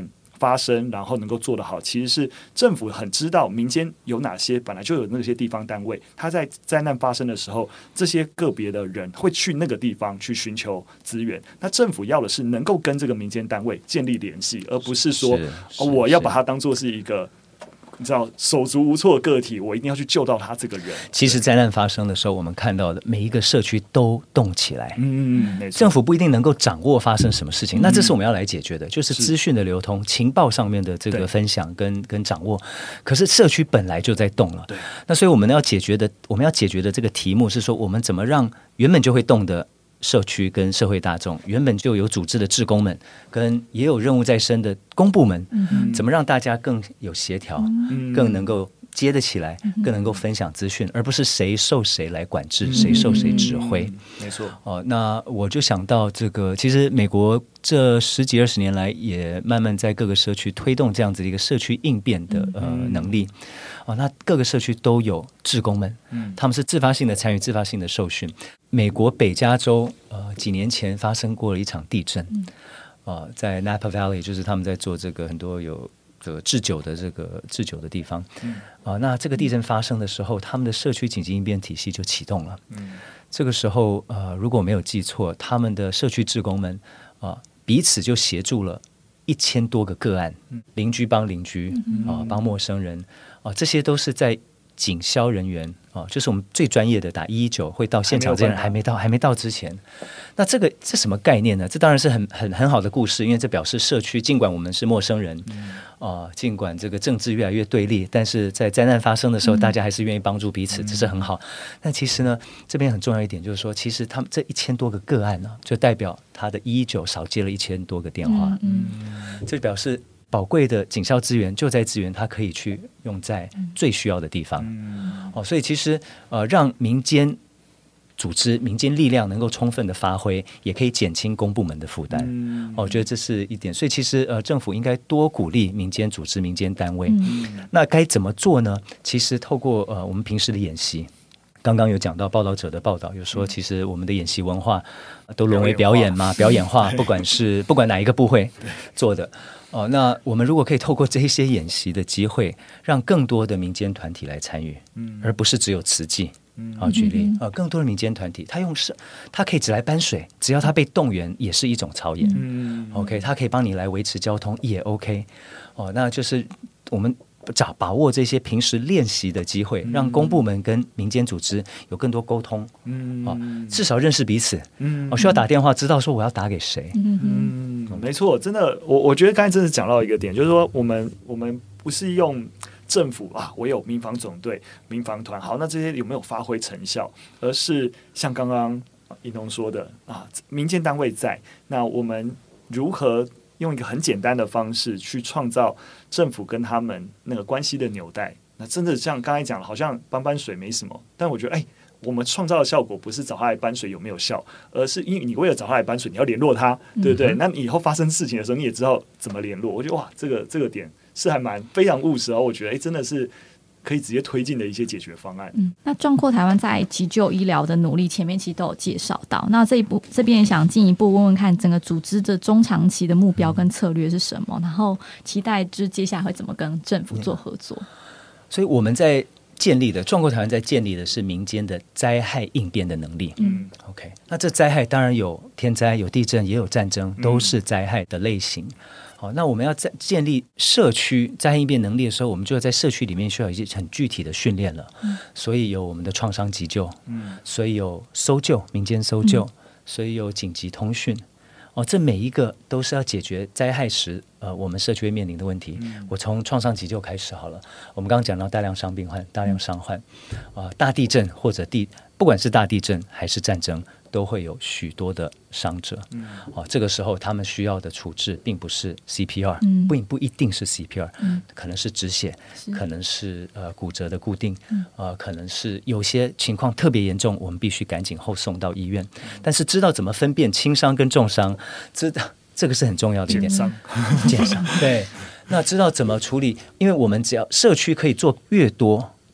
发声，然后能够做得好，其实是政府很知道民间有哪些本来就有那些地方单位，他在灾难发生的时候，这些个别的人会去那个地方去寻求资源。那政府要的是能够跟这个民间单位建立联系，而不是说我要把它当作是一个你知道手足无措的个体，我一定要去救到他这个人。 其实灾难发生的时候，我们看到的每一个社区都动起来，政府不一定能够掌握发生什么事情，那这是我们要来解决的，就是资讯的流通、情报上面的这个分享跟掌握。可是社区本来就在动了，那所以我们要解决的这个题目是说，我们怎么让原本就会动的社区跟社会大众，原本就有组织的志工们，跟也有任务在身的公部门，怎么让大家更有协调，更能够接得起来，更能够分享资讯，而不是谁受谁来管制，谁受谁指挥。 没错。 那我就想到这个，其实美国这10几20年来也慢慢在各个社区推动这样子的一个社区应变的能力。那各个社区都有志工们，他们是自发性的参与、自发性的受训。美国北加州几年前发生过了一场地震，在 Napa Valley， 就是他们在做这个很多有制酒的地方。那这个地震发生的时候，他们的社区紧急应变体系就启动了。这个时候如果没有记错，他们的社区志工们彼此就协助了1000多个个案，邻居帮邻居帮陌生人这些都是在警消人员就是我们最专业的打119会到现场，这人还没到之前。那这什么概念呢？这当然是很好的故事，因为这表示社区尽管我们是陌生人，尽管这个政治越来越对立，但是在灾难发生的时候，大家还是愿意帮助彼此，这是很好。但其实呢，这边很重要一点就是说，其实他们这1000多个个案呢，就代表他的119少接了1000多个电话，这表示宝贵的警消资源、救灾资源，它可以去用在最需要的地方。所以其实让民间组织、民间力量能够充分的发挥，也可以减轻公部门的负担。我觉得这是一点。所以其实政府应该多鼓励民间组织、民间单位。那该怎么做呢？其实透过我们平时的演习。刚刚有讲到报道者的报道，有说其实我们的演习文化都沦为表演嘛，表演化，不管哪一个部会做的。那我们如果可以透过这些演习的机会，让更多的民间团体来参与，而不是只有慈济。举例更多的民间团体，他可以只来搬水，只要他被动员，也是一种操演。OK， 他可以帮你来维持交通，也 OK。那就是我们把握这些平时练习的机会，让公部门跟民间组织有更多沟通，至少认识彼此。需要打电话知道说我要打给谁。 没错，真的，我觉得刚才真的讲到一个点，就是说我们不是用政府我有民防总队、民防团，好，那这些有没有发挥成效？而是像刚刚一农说的民间单位在，那我们如何用一个很简单的方式去创造政府跟他们那个关系的纽带？那真的像刚才讲的，好像搬水没什么，但我觉得我们创造的效果不是找他来搬水有没有效，而是因为你为了找他来搬水，你要联络他，对不对？那你以后发生事情的时候，你也知道怎么联络。我觉得这个点是还非常务实，我觉得真的是可以直接推进的一些解决方案。 那壮阔台湾在急救医疗的努力，前面其实都有介绍到。那这边也想进一步问问看，整个组织的中长期的目标跟策略是什么？然后期待就是接下来会怎么跟政府做合作？ 所以我们在建立的壮阔台湾在建立的是民间的灾害应变的能力。OK， 那这灾害当然有天灾、有地震，也有战争，都是灾害的类型。好，那我们要在建立社区灾害应变能力的时候，我们就要在社区里面需要一些很具体的训练了。所以有我们的创伤急救，所以有搜救、民间搜救，所以有紧急通讯。这每一个都是要解决灾害时我们社区会面临的问题。我从创伤急救开始好了。我们刚刚讲到大量伤病患、大量伤患，大地震或者不管是大地震还是战争，都会有许多的伤者。这个时候他们需要的处置并不是 CPR，不一定是 CPR，可能是止血，可能是骨折的固定，可能是有些情况特别严重，我们必须赶紧后送到医院。但是知道怎么分辨轻伤跟重伤，这个是很重要的一点。减伤对。那知道怎么处理，因为我们只要社区可以做越多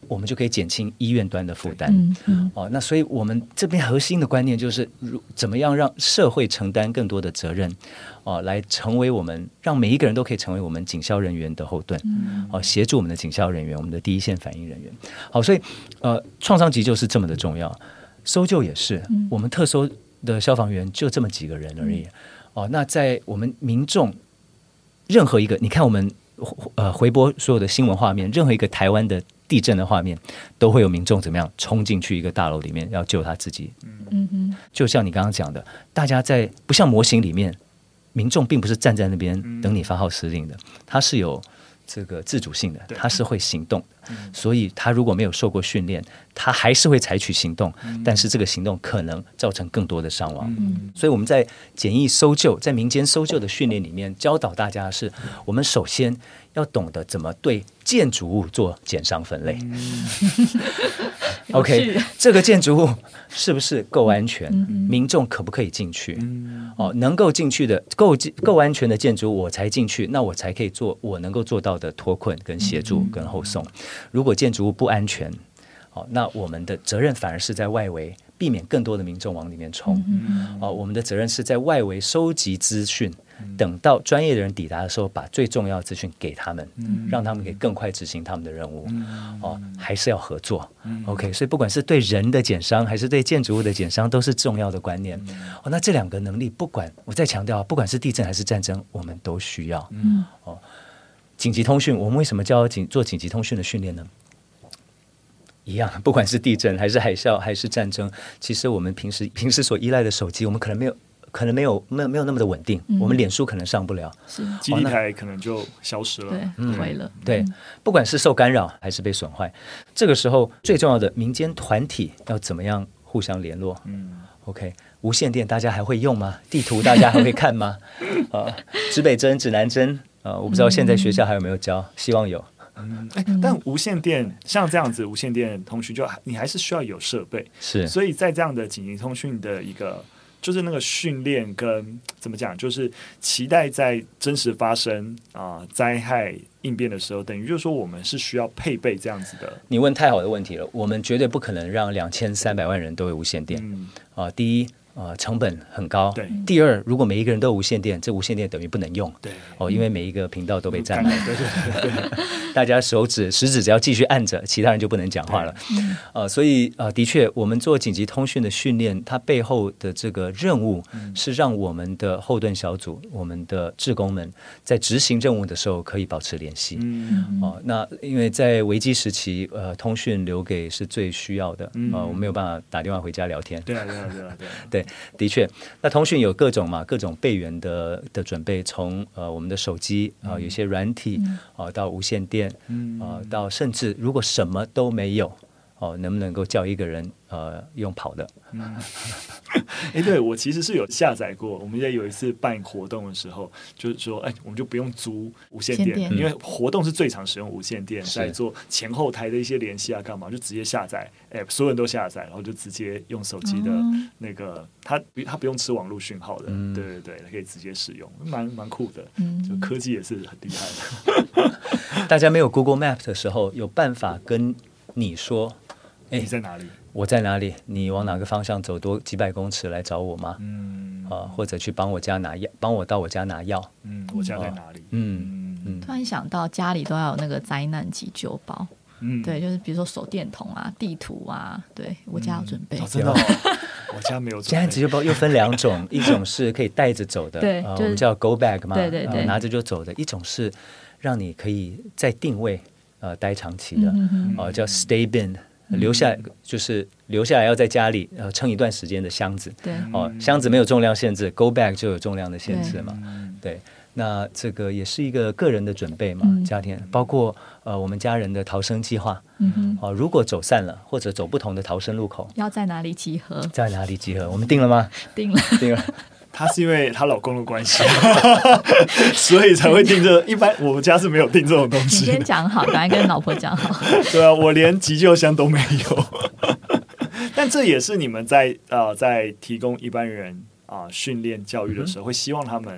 我们就可以减轻医院端的负担。那所以我们这边核心的观念就是怎么样让社会承担更多的责任，来成为我们让每一个人都可以成为我们警消人员的后盾，协助我们的警消人员，我们的第一线反应人员。好，所以创伤急救是这么的重要，搜救也是，我们特搜的消防员就这么几个人而已。那在我们民众任何一个，你看我们回播所有的新闻画面，任何一个台湾的地震的画面，都会有民众怎么样冲进去一个大楼里面要救他自己。就像你刚刚讲的，大家在不像模型里面，民众并不是站在那边等你发号施令的，他是有这个自主性的，他是会行动的，所以他如果没有受过训练，他还是会采取行动，但是这个行动可能造成更多的伤亡。所以我们在简易搜救，在民间搜救的训练里面，教导大家的是，我们首先要懂得怎么对建筑物做减伤分类。OK， 这个建筑物是不是够安全？民众可不可以进去？能够进去的够安全的建筑物我才进去，那我才可以做我能够做到的脱困跟协助跟后送。如果建筑物不安全，那我们的责任反而是在外围，避免更多的民众往里面冲。我们的责任是在外围收集资讯，等到专业的人抵达的时候，把最重要的资讯给他们，让他们可以更快执行他们的任务。还是要合作。OK， 所以不管是对人的减伤，还是对建筑物的减伤，都是重要的观念。那这两个能力，不管我再强调，不管是地震还是战争，我们都需要。紧急通讯，我们为什么做紧急通讯的训练呢？一样，不管是地震还是海啸还是战争，其实我们平时所依赖的手机，我们可能没有那么的稳定，我们脸书可能上不了， 基地台可能就消失了， 毁了。 对，不管是受干扰还是被损坏，这个时候最重要的民间团体要怎么样互相联络？OK， 无线电大家还会用吗？地图大家还会看吗？指北针、指南针，我不知道现在学校还有没有教，希望有。 但无线电像这样子，无线电通讯你还是需要有设备， 是， 所以在这样的紧急通讯的一个就是那个训练跟怎么讲，就是期待在真实发生灾害应变的时候，等于就是说我们是需要配备这样子的。 你问太好的问题了，我们绝对不可能让2300万人都有无线电。第一，成本很高。 对。 第二，如果每一个人都有无线电，这无线电等于不能用。 对。 因为每一个频道都被占了。 对。 大家食指只要继续按着，其他人就不能讲话了。所以的确，我们做紧急通讯的训练，它背后的这个任务是让我们的后盾小组、我们的志工们在执行任务的时候可以保持联系。那因为在危机时期，通讯留给是最需要的。我们没有办法打电话回家聊天。对，的确，那通讯有各种备援的准备，从我们的手机有一些软体到无线电到甚至如果什么都没有能不能够叫一个人用跑的？ 对，我其实是有下载过。我们在有一次办活动的时候，就是说，我们就不用租无线电，因为活动是最常使用无线电，在做前后台的一些联系干嘛，就直接下载 app， 所有人都下载，然后就直接用手机的那个，他不用吃网络讯号的，对，可以直接使用，蛮酷的。就科技也是很厉害的。 大家没有 Google Map 的时候，有办法跟你说， 你在哪里？ 我在哪里？你往哪个方向走几百公尺来找我吗？或者去帮我到我家拿药。 我家在哪里？ 突然想到家里都要有那个灾难急救包。对，就是比如说手电筒啊、地图啊，对我家有准备。 真的我家没有准备。 灾难急救包又分2种，一种是可以带着走的， 对， 我们叫 go bag 嘛， 对， 拿着就走的；一种是让你可以在定位待长期的，叫 stay bin。留下来要在家里撑一段时间的箱子。 对， 箱子没有重量限制 ，go bag 就有重量的限制嘛。对，那这个也是一个个人的准备嘛，家庭包括我们家人的逃生计划。如果走散了或者走不同的逃生路口， 要在哪里集合？ 我们定了吗？ 定了。 她是因为她老公的关系，所以才会订这。一般我们家是没有订这种东西。 你先讲好，赶快跟老婆讲好。 对啊，我连急救箱都没有。但这也是你们在提供一般人训练教育的时候，会希望他们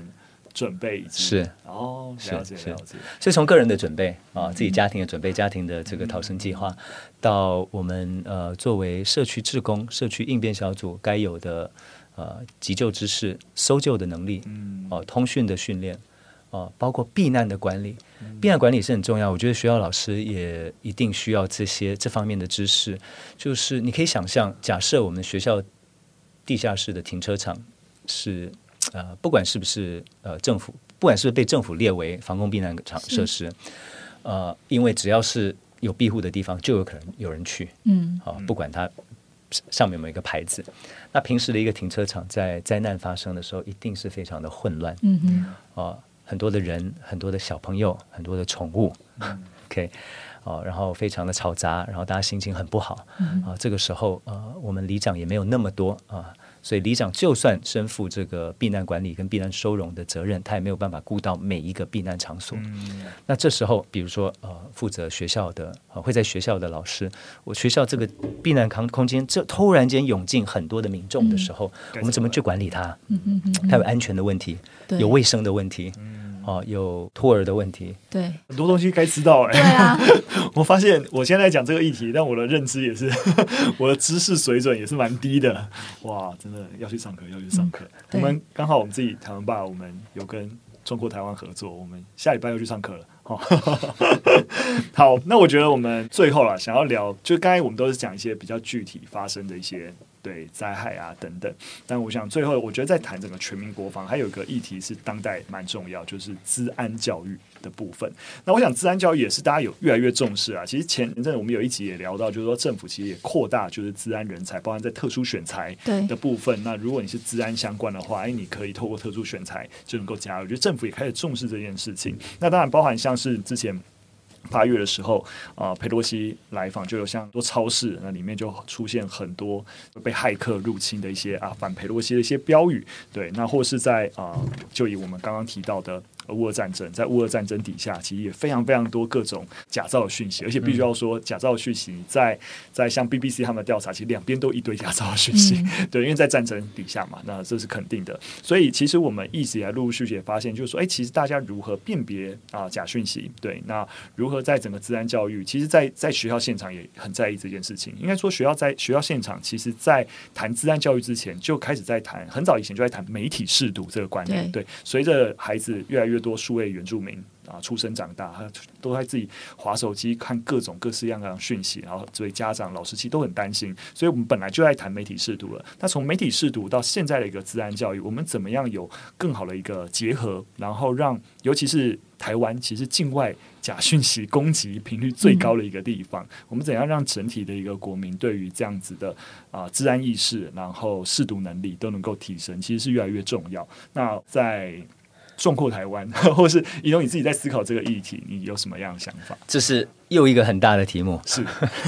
准备以及是了解了解。 所以从个人的准备自己家庭的准备，家庭的这个逃生计划，到我们作为社区志工、社区应变小组该有的急救知识、搜救的能力，通讯的训练，包括避难的管理。避难管理是很重要，我觉得学校老师也一定需要这方面的知识。就是你可以想象，假设我们学校地下室的停车场是不管是不是政府，不管是不是被政府列为防空避难场设施，因为只要是有庇护的地方，就有可能有人去，不管它上面有没有一个牌子。那平时的一个停车场在灾难发生的时候，一定是非常的混乱，很多的人，很多的小朋友，很多的宠物，OK，然后非常的嘈杂，然后大家心情很不好，这个时候我们里长也没有那么多所以里长就算身负这个避难管理跟避难收容的责任，他也没有办法顾到每一个避难场所。那这时候比如说负责学校的会在学校的老师，我学校这个避难空间这突然间涌进很多的民众的时候，我们怎么去管理它？它有安全的问题，有卫生的问题，有托儿的问题， 对， 很多东西该知道。 对啊， 我发现我现在讲这个议题，但我的认知也是我的知识水准也是蛮低的。哇，真的要去上课，要去上课。我们刚好我们自己台湾吧，我们有跟中国台湾合作，我们下礼拜要去上课了。好，那我觉得我们最后啦，想要聊，就刚才我们都是讲一些比较具体发生的一些对灾害啊等等，但我想最后我觉得在谈整个全民国防，还有一个议题是当代蛮重要，就是资安教育的部分。那我想资安教育也是大家有越来越重视啊。其实前阵我们有一集也聊到，就是说政府其实也扩大就是资安人才，包含在特殊选材的部分。那如果你是资安相关的话，你可以透过特殊选材就能够加入。我觉得政府也开始重视这件事情。那当然包含像是之前8月的时候裴洛西来访，就有像多超市，那里面就出现很多被骇客入侵的一些反裴洛西的一些标语。对，那或是在就以我们刚刚提到的乌俄战争，在乌俄战争底下，其实也非常非常多各种假造的讯息，而且必须要说，假造的讯息在像 BBC 他们的调查，其实两边都一堆假造的讯息，对，因为在战争底下嘛，那这是肯定的。所以其实我们一直以来陆陆续续也发现，就是说，其实大家如何辨别假讯息，对，那如何在整个资安教育，其实在学校现场也很在意这件事情。应该说，在学校现场，其实在谈资安教育之前，就开始在谈，很早以前就在谈媒体识读这个观念，对，随着孩子越来越多数位原住民出生长大，他都在自己滑手机看各种各式样的讯息，然后所以家长老师其实都很担心，所以我们本来就在谈媒体识读了。那从媒体识读到现在的一个资安教育，我们怎么样有更好的一个结合，然后让尤其是台湾其实境外假讯息攻击频率最高的一个地方，我们怎样让整体的一个国民对于这样子的资安意识，然后识读能力都能够提升，其实是越来越重要。那在壮阔台湾，或是宜农你自己在思考这个议题，你有什么样的想法？ 这是又一个很大的题目， 是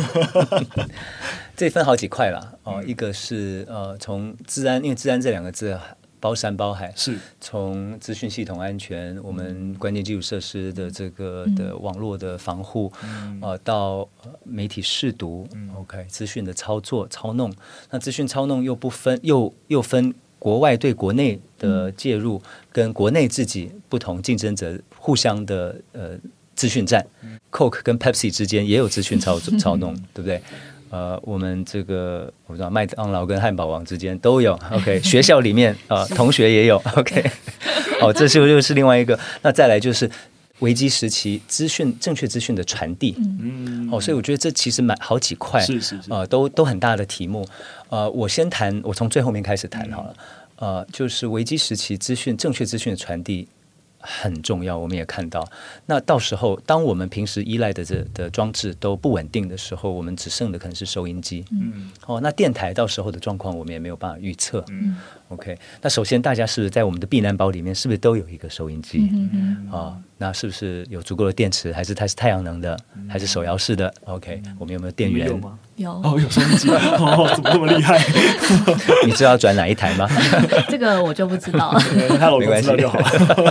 这分好几块啦一个是从治安，因为治安这两个字包山包海，是从资讯系统安全，我们关键基础设施的这个的网络的防护，到媒体识读，OK， 资讯的操作操弄，那资讯操弄又不分又分国外对国内的介入，跟国内自己不同竞争者互相的资讯战，Coke 跟 Pepsi 之间也有资讯操弄，对不对？我们这个我不知道麦当劳跟汉堡王之间都有 ，OK， 学校里面同学也有 ，OK， 好，这就是另外一个。那再来就是危机时期正确资讯的传递，所以我觉得这其实好几块，是都很大的题目。我先谈，我从最后面开始谈好了。就是危机时期正确资讯的传递很重要，我们也看到。那到时候，当我们平时依赖的装置都不稳定的时候，我们只剩的可能是收音机。那电台到时候的状况，我们也没有办法预测。OK， 那首先大家是不是在我们的避难包里面，是不是都有一个收音机？那是不是有足够的电池？还是它是太阳能的？还是手摇式的 ？OK， 我们有没有电源？ 有吗？ 有有收音机怎么这么厉害？ 你知道要转哪一台吗？ 这个我就不知道了。 没关系就好。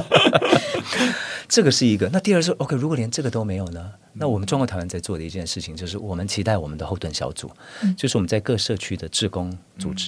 这个是一个。那第二是 OK， 如果连这个都没有呢？那我们中国台湾在做的一件事情，就是我们期待我们的后盾小组，就是我们在各社区的志工组织。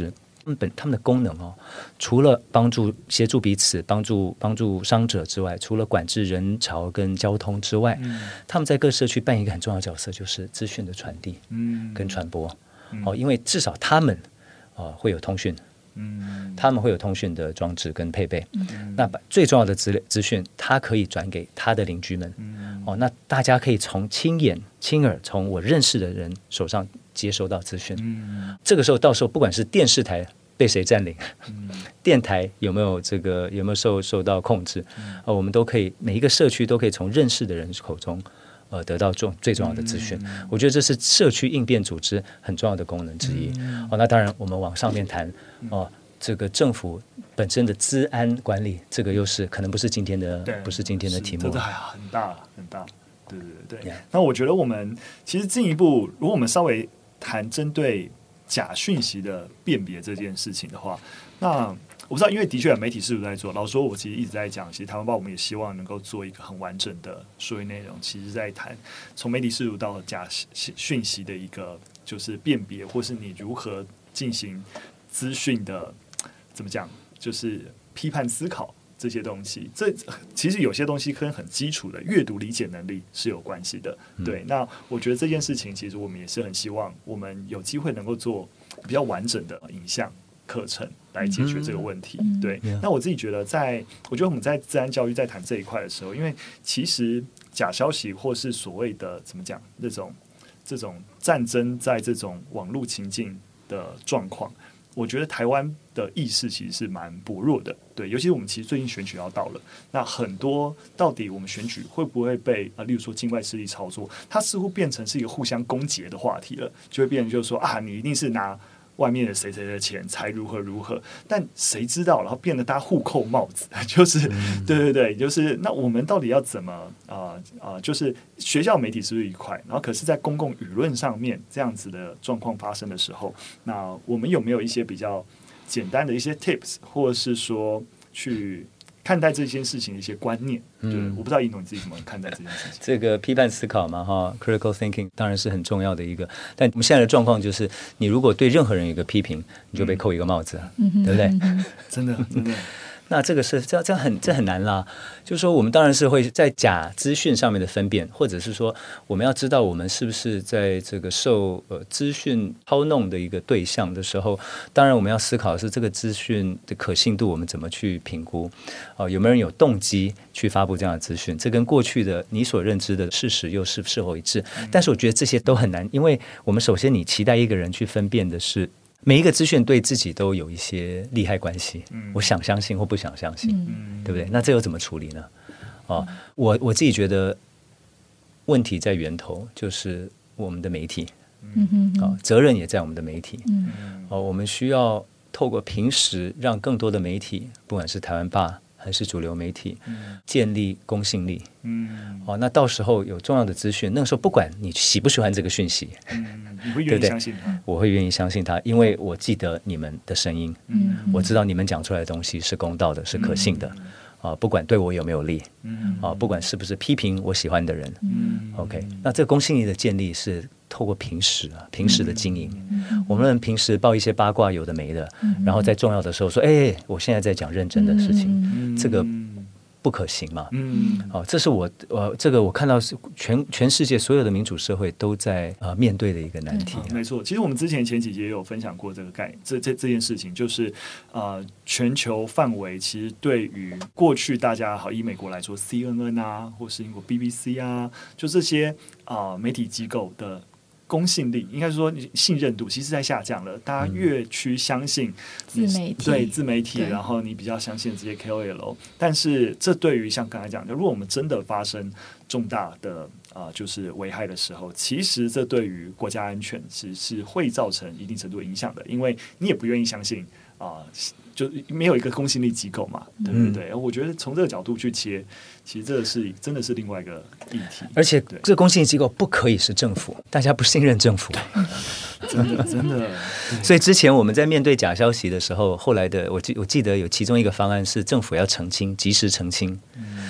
他们的功能除了协助彼此、帮助伤者之外，除了管制人潮跟交通之外，他们在各社区扮演一个很重要的角色，就是资讯的传递跟传播。因为至少他们会有通讯。他们会有通讯的装置跟配备，那把最重要的资讯，他可以转给他的邻居们。那大家可以从亲耳从我认识的人手上接收到资讯。这个时候，到时候不管是电视台被谁占领，电台有没有受到控制，我们都可以，每一个社区都可以从认识的人口中得到最重要的资讯。我觉得这是社区应变组织很重要的功能之一。那当然我们往上面谈这个政府本身的资安管理，这个又是可能不是今天的题目， 真的很大。对。那我觉得我们其实进一步，如果我们稍微谈针对假讯息的辨别这件事情的话，那我不知道，因为的确有媒体事务在做。老实说，我其实一直在讲，其实台湾报我们也希望能够做一个很完整的数位内容，其实在谈从媒体事务到假讯息的一个就是辨别，或是你如何进行资讯的怎么讲，就是批判思考这些东西。这其实有些东西跟很基础的阅读理解能力是有关系的。对，那我觉得这件事情其实我们也是很希望我们有机会能够做比较完整的影像课程来解决这个问题。对，那我自己觉得我觉得我们在治安教育在谈这一块的时候，因为其实假消息或是所谓的怎么讲这种战争在这种网络情境的状况，我觉得台湾的意识其实是蛮薄弱的。对，尤其是我们其实最近选举要到了，那很多到底我们选举会不会被例如说境外势力操作，它似乎变成是一个互相攻讦的话题了，就会变成就是说你一定是拿外面的谁的钱才如何，但谁知道，然后变得大家互扣帽子，就是对，就是那我们到底要怎么就是学校媒体是不是一块，然后可是在公共舆论上面这样子的状况发生的时候，那我们有没有一些比较简单的一些 tips， 或者是说去看待这件事情的一些观念？对，我不知道一农你自己怎么看待这件事情。 这个批判思考嘛，critical thinking 当然是很重要的一个。但我们现在的状况就是，你如果对任何人有一个批评，你就被扣一个帽子，对不对？ 真的。 那这个是这很难啦。就是说，我们当然是会在假资讯上面的分辨，或者是说，我们要知道我们是不是在这个受资讯操弄的一个对象的时候，当然我们要思考的是这个资讯的可信度，我们怎么去评估？有没有人有动机去发布这样的资讯？这跟过去的你所认知的事实又是否一致？但是我觉得这些都很难，因为我们首先你期待一个人去分辨的是。每一个资讯对自己都有一些利害关系，我想相信或不想相信，对不对？那这又怎么处理呢？我自己觉得问题在源头，就是我们的媒体，责任也在我们的媒体。我们需要透过平时让更多的媒体，不管是台湾吧还是主流媒体，建立公信力。那到时候有重要的资讯，那个时候不管你喜不喜欢这个讯息， 你会愿意相信他？ 我会愿意相信他，因为我记得你们的声音，我知道你们讲出来的东西是公道的，是可信的。不管对我有没有利，不管是不是批评我喜欢的人，OK， 那这个公信力的建立是透过平时的经营，我们平时报一些八卦有的没的，然后在重要的时候说，我现在在讲认真的事情，这个不可行嘛。这是这个我看到是全世界所有的民主社会都在面对的一个难题。 没错，其实我们前几集也有分享过这个这件事情，就是全球范围其实对于过去大家以美国来说 CNN 啊，或是英国 BBC 啊，就这些媒体机构的公信力，应该说信任度其实在下降了，大家越去相信自媒体，然后你比较相信这些 KOL， 但是这对于像刚才讲的，如果我们真的发生重大的就是危害的时候，其实这对于国家安全是会造成一定程度的影响的，因为你也不愿意相信就没有一个公信力机构嘛，对不对？我觉得从这个角度去切，其实这是真的是另外一个议题。 而且这个公信力机构不可以是政府，大家不信任政府， 真的。 所以之前我们在面对假消息的时候，后来的我记得有其中一个方案是政府要澄清，及时澄清。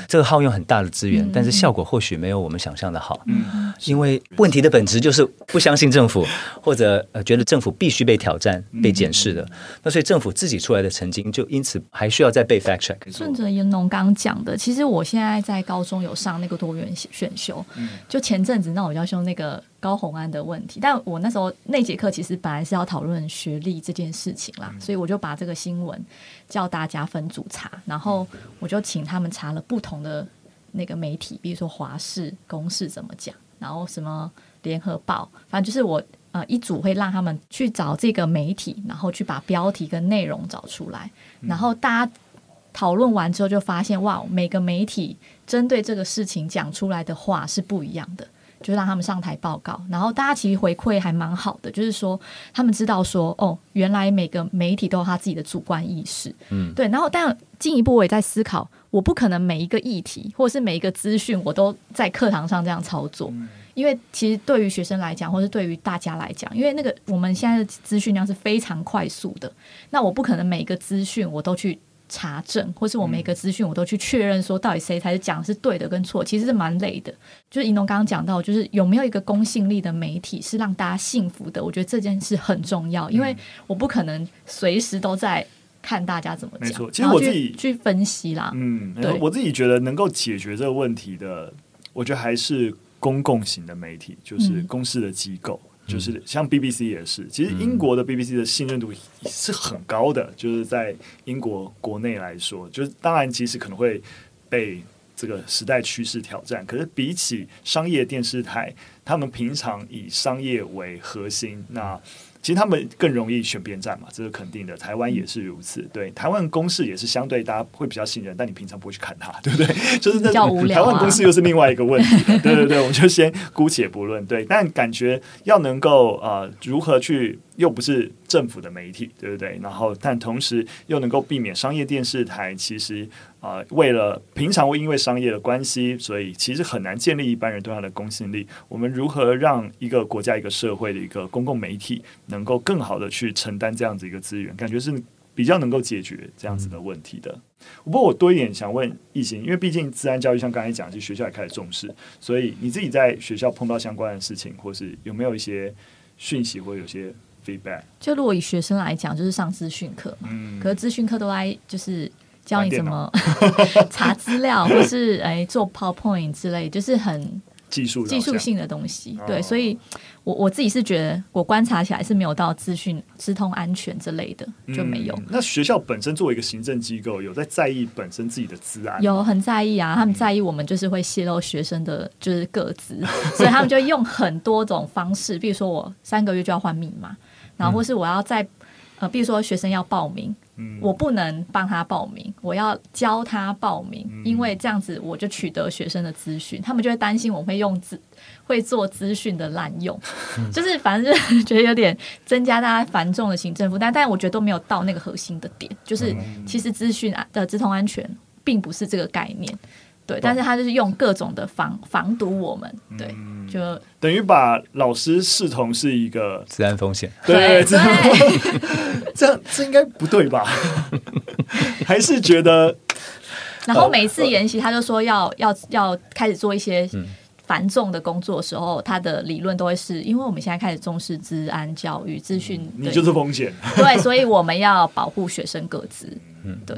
这个耗用很大的资源，但是效果或许没有我们想象的好。因为问题的本质就是不相信政府，或者觉得政府必须被挑战、被检视的。那所以政府自己出来的成绩，就因此还需要再被 fact check。 顺着严农刚讲的，其实我现在在高中有上那个多元选修，就前阵子那我要修那个高虹安的问题，但我那时候那节课其实本来是要讨论学历这件事情啦，所以我就把这个新闻叫大家分组查，然后我就请他们查了不同的那个媒体，比如说华视、公视怎么讲，然后什么联合报，反正就是我一组会让他们去找这个媒体，然后去把标题跟内容找出来，然后大家讨论完之后就发现，哇，每个媒体针对这个事情讲出来的话是不一样的，就让他们上台报告，然后大家其实回馈还蛮好的，就是说他们知道说，哦，原来每个媒体都有他自己的主观意识，对。然后但进一步我也在思考，我不可能每一个议题或者是每一个资讯我都在课堂上这样操作，因为其实对于学生来讲，或是对于大家来讲，因为那个我们现在的资讯量是非常快速的，那我不可能每一个资讯我都去查证，或是我每个资讯我都去确认说到底谁才是讲的是对的跟错，其实是蛮累的。就是宜农刚刚讲到，就是有没有一个公信力的媒体是让大家信服的，我觉得这件事很重要，因为我不可能随时都在看大家怎么讲， 没错，其实我自己去分析啦。 对，我自己觉得能够解决这个问题的，我觉得还是公共型的媒体，就是公视的机构。就是像 BBC 也是，其实英国的 BBC 的信任度是很高的，就是在英国国内来说，就是当然其实可能会被这个时代趋势挑战，可是比起商业电视台，他们平常以商业为核心，那其实他们更容易选边站嘛，这是肯定的。台湾也是如此，对，台湾公视也是相对大家会比较信任，但你平常不会去看它，对不对？就是那台湾公视又是另外一个问题了，对对对，我们就先姑且不论。对，但感觉要能够如何去，又不是政府的媒体，对不对？然后但同时又能够避免商业电视台其实为了平常会因为商业的关系，所以其实很难建立一般人对它的公信力。我们如何让一个国家、一个社会的一个公共媒体能够更好的去承担这样子一个资源，感觉是比较能够解决这样子的问题的。不过我多一点想问奕行，因为毕竟治安教育像刚才讲，其实学校也开始重视，所以你自己在学校碰到相关的事情，或是有没有一些讯息或有些 feedback？ 就如果以学生来讲，就是上资讯课嘛，可是资讯课都在就是教你怎么查资料，或是做 PowerPoint 之类，就是很技术性的东西。对，所以我自己是觉得，我观察起来是没有到资通安全之类的，就没有。 那学校本身作为一个行政机构，有在意本身自己的资安吗？ 有，很在意啊，他们在意我们就是会泄露学生的就是个资，所以他们就用很多种方式，比如说我3个月就要换密码，然后或是我要在比如说学生要报名，我不能帮他报名，我要教他报名，因为这样子我就取得学生的资讯，他们就会担心我会做资讯的滥用，就是反正就觉得有点增加大家繁重的行政负担，但我觉得都没有到那个核心的点，就是其实资讯的资通安全并不是这个概念，对，但是他就是用各种的防堵我们，对，就等于把老师视同是一个治安风险， 对，这应该不对吧？还是觉得， 然后每次研习他就说要开始做一些繁重的工作的时候，他的理论都会是因为我们现在开始重视治安教育、资讯， 你就是风险， 对，所以我们要保护学生个资，对。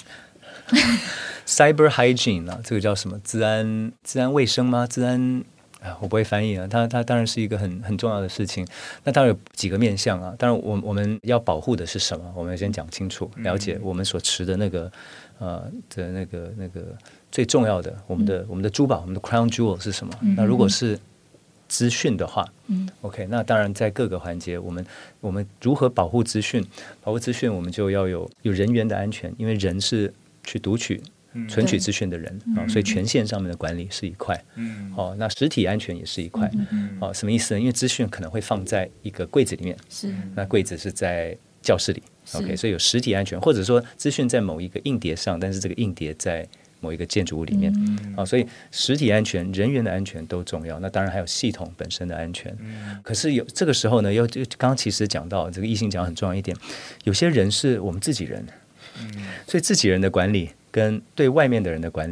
Cyber hygiene 啊，这个叫什么？治安卫生吗？治安我不会翻译啊。它当然是一个很重要的事情。那当然有几个面向啊。当然我们要保护的是什么？我们先讲清楚，了解我们所持的那个的那个最重要的我们的珠宝，我们的 crown jewel 是什么？那如果是资讯的话，OK， 那当然在各个环节，我们如何保护资讯？保护资讯，我们就要有人员的安全，因为人是去读取、存取资讯的人所以权限上面的管理是一块。那实体安全也是一块。什么意思呢？因为资讯可能会放在一个柜子里面，那柜子是在教室里。OK， 所以有实体安全，或者说资讯在某一个硬碟上，但是这个硬碟在某一个建筑物里面。所以实体安全、人员的安全都重要。那当然还有系统本身的安全。可是这个时候呢，刚刚其实讲到这个奕行讲很重要一点，有些人是我们自己人。所以自己人的管理跟对外面的人的管理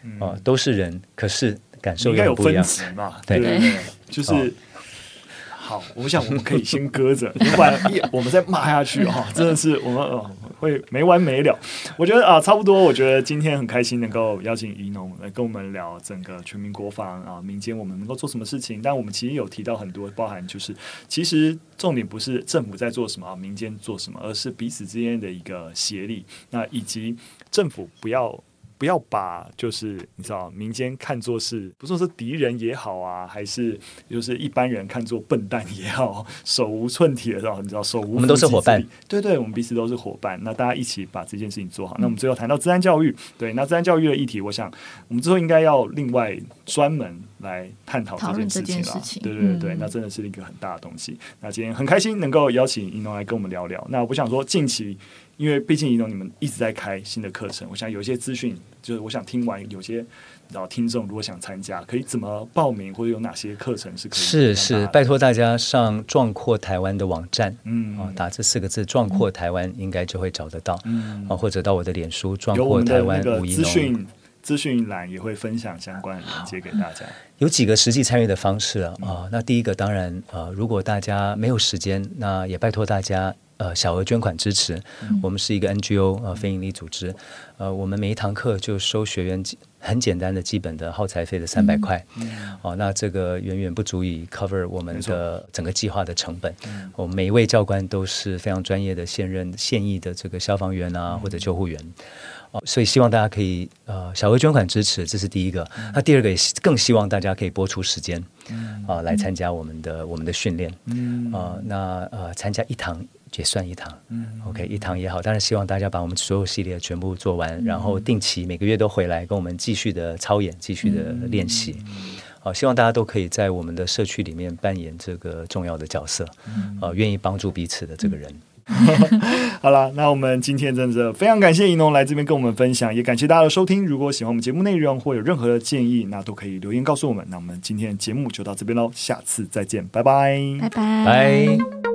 都是人，可是感受应该有分又不一样。 级嘛， 对对对，就是好，我想我们可以先搁着，不然我们再骂下去真的是我们会没完没了。我觉得差不多。我觉得今天很开心能够邀请宜农来跟我们聊整个全民国防民间我们能够做什么事情。但我们其实有提到很多，包含就是其实重点不是政府在做什么民间做什么，而是彼此之间的一个协力。那以及政府不要把就是你知道民间看作是不说是敌人也好还是就是一般人看作笨蛋也好，手无寸铁的，你知道手无缚鸡之力， 我们都是伙伴， 对，我们彼此都是伙伴。那大家一起把这件事情做好。那我们最后谈到资安教育，对，那资安教育的议题，我想我们之后应该要另外专门来探讨这件事情了。对，那真的是一个很大的东西。那今天很开心能够邀请宜农来跟我们聊聊。那我想说近期，因为毕竟宜农你们一直在开新的课程，我想有一些资讯，就是我想听完有些听众如果想参加，可以怎么报名，或者有哪些课程是可以？ 是，拜托大家上壮阔台湾的网站，打这4个字"壮阔台湾"，应该就会找得到，或者到我的脸书"壮阔台湾吴宜农"。 资讯栏也会分享相关的链接给大家。 有几个实际参与的方式那第一个当然如果大家没有时间，那也拜托大家小额捐款支持。我们是一个 NGO 非营利组织，我们每一堂课就收学员很简单的基本的耗材费的300块，那这个远远不足以 cover 我们的整个计划的成本。我们每一位教官都是非常专业的现役的这个消防员或者救护员。所以希望大家可以小额捐款支持，这是第一个。那第二个也更希望大家可以拨出时间来参加我们的训练。那参加一堂也算一堂，OK， 一堂也好。当然希望大家把我们所有系列全部做完，然后定期每个月都回来跟我们继续的操演，继续的练习。希望大家都可以在我们的社区里面扮演这个重要的角色，愿意帮助彼此的这个人。 好了，那我们今天真的非常感谢宜农来这边跟我们分享，也感谢大家的收听。如果喜欢我们节目内容或有任何的建议，那都可以留言告诉我们。那我们今天的节目就到这边咯，下次再见，拜拜， 拜拜。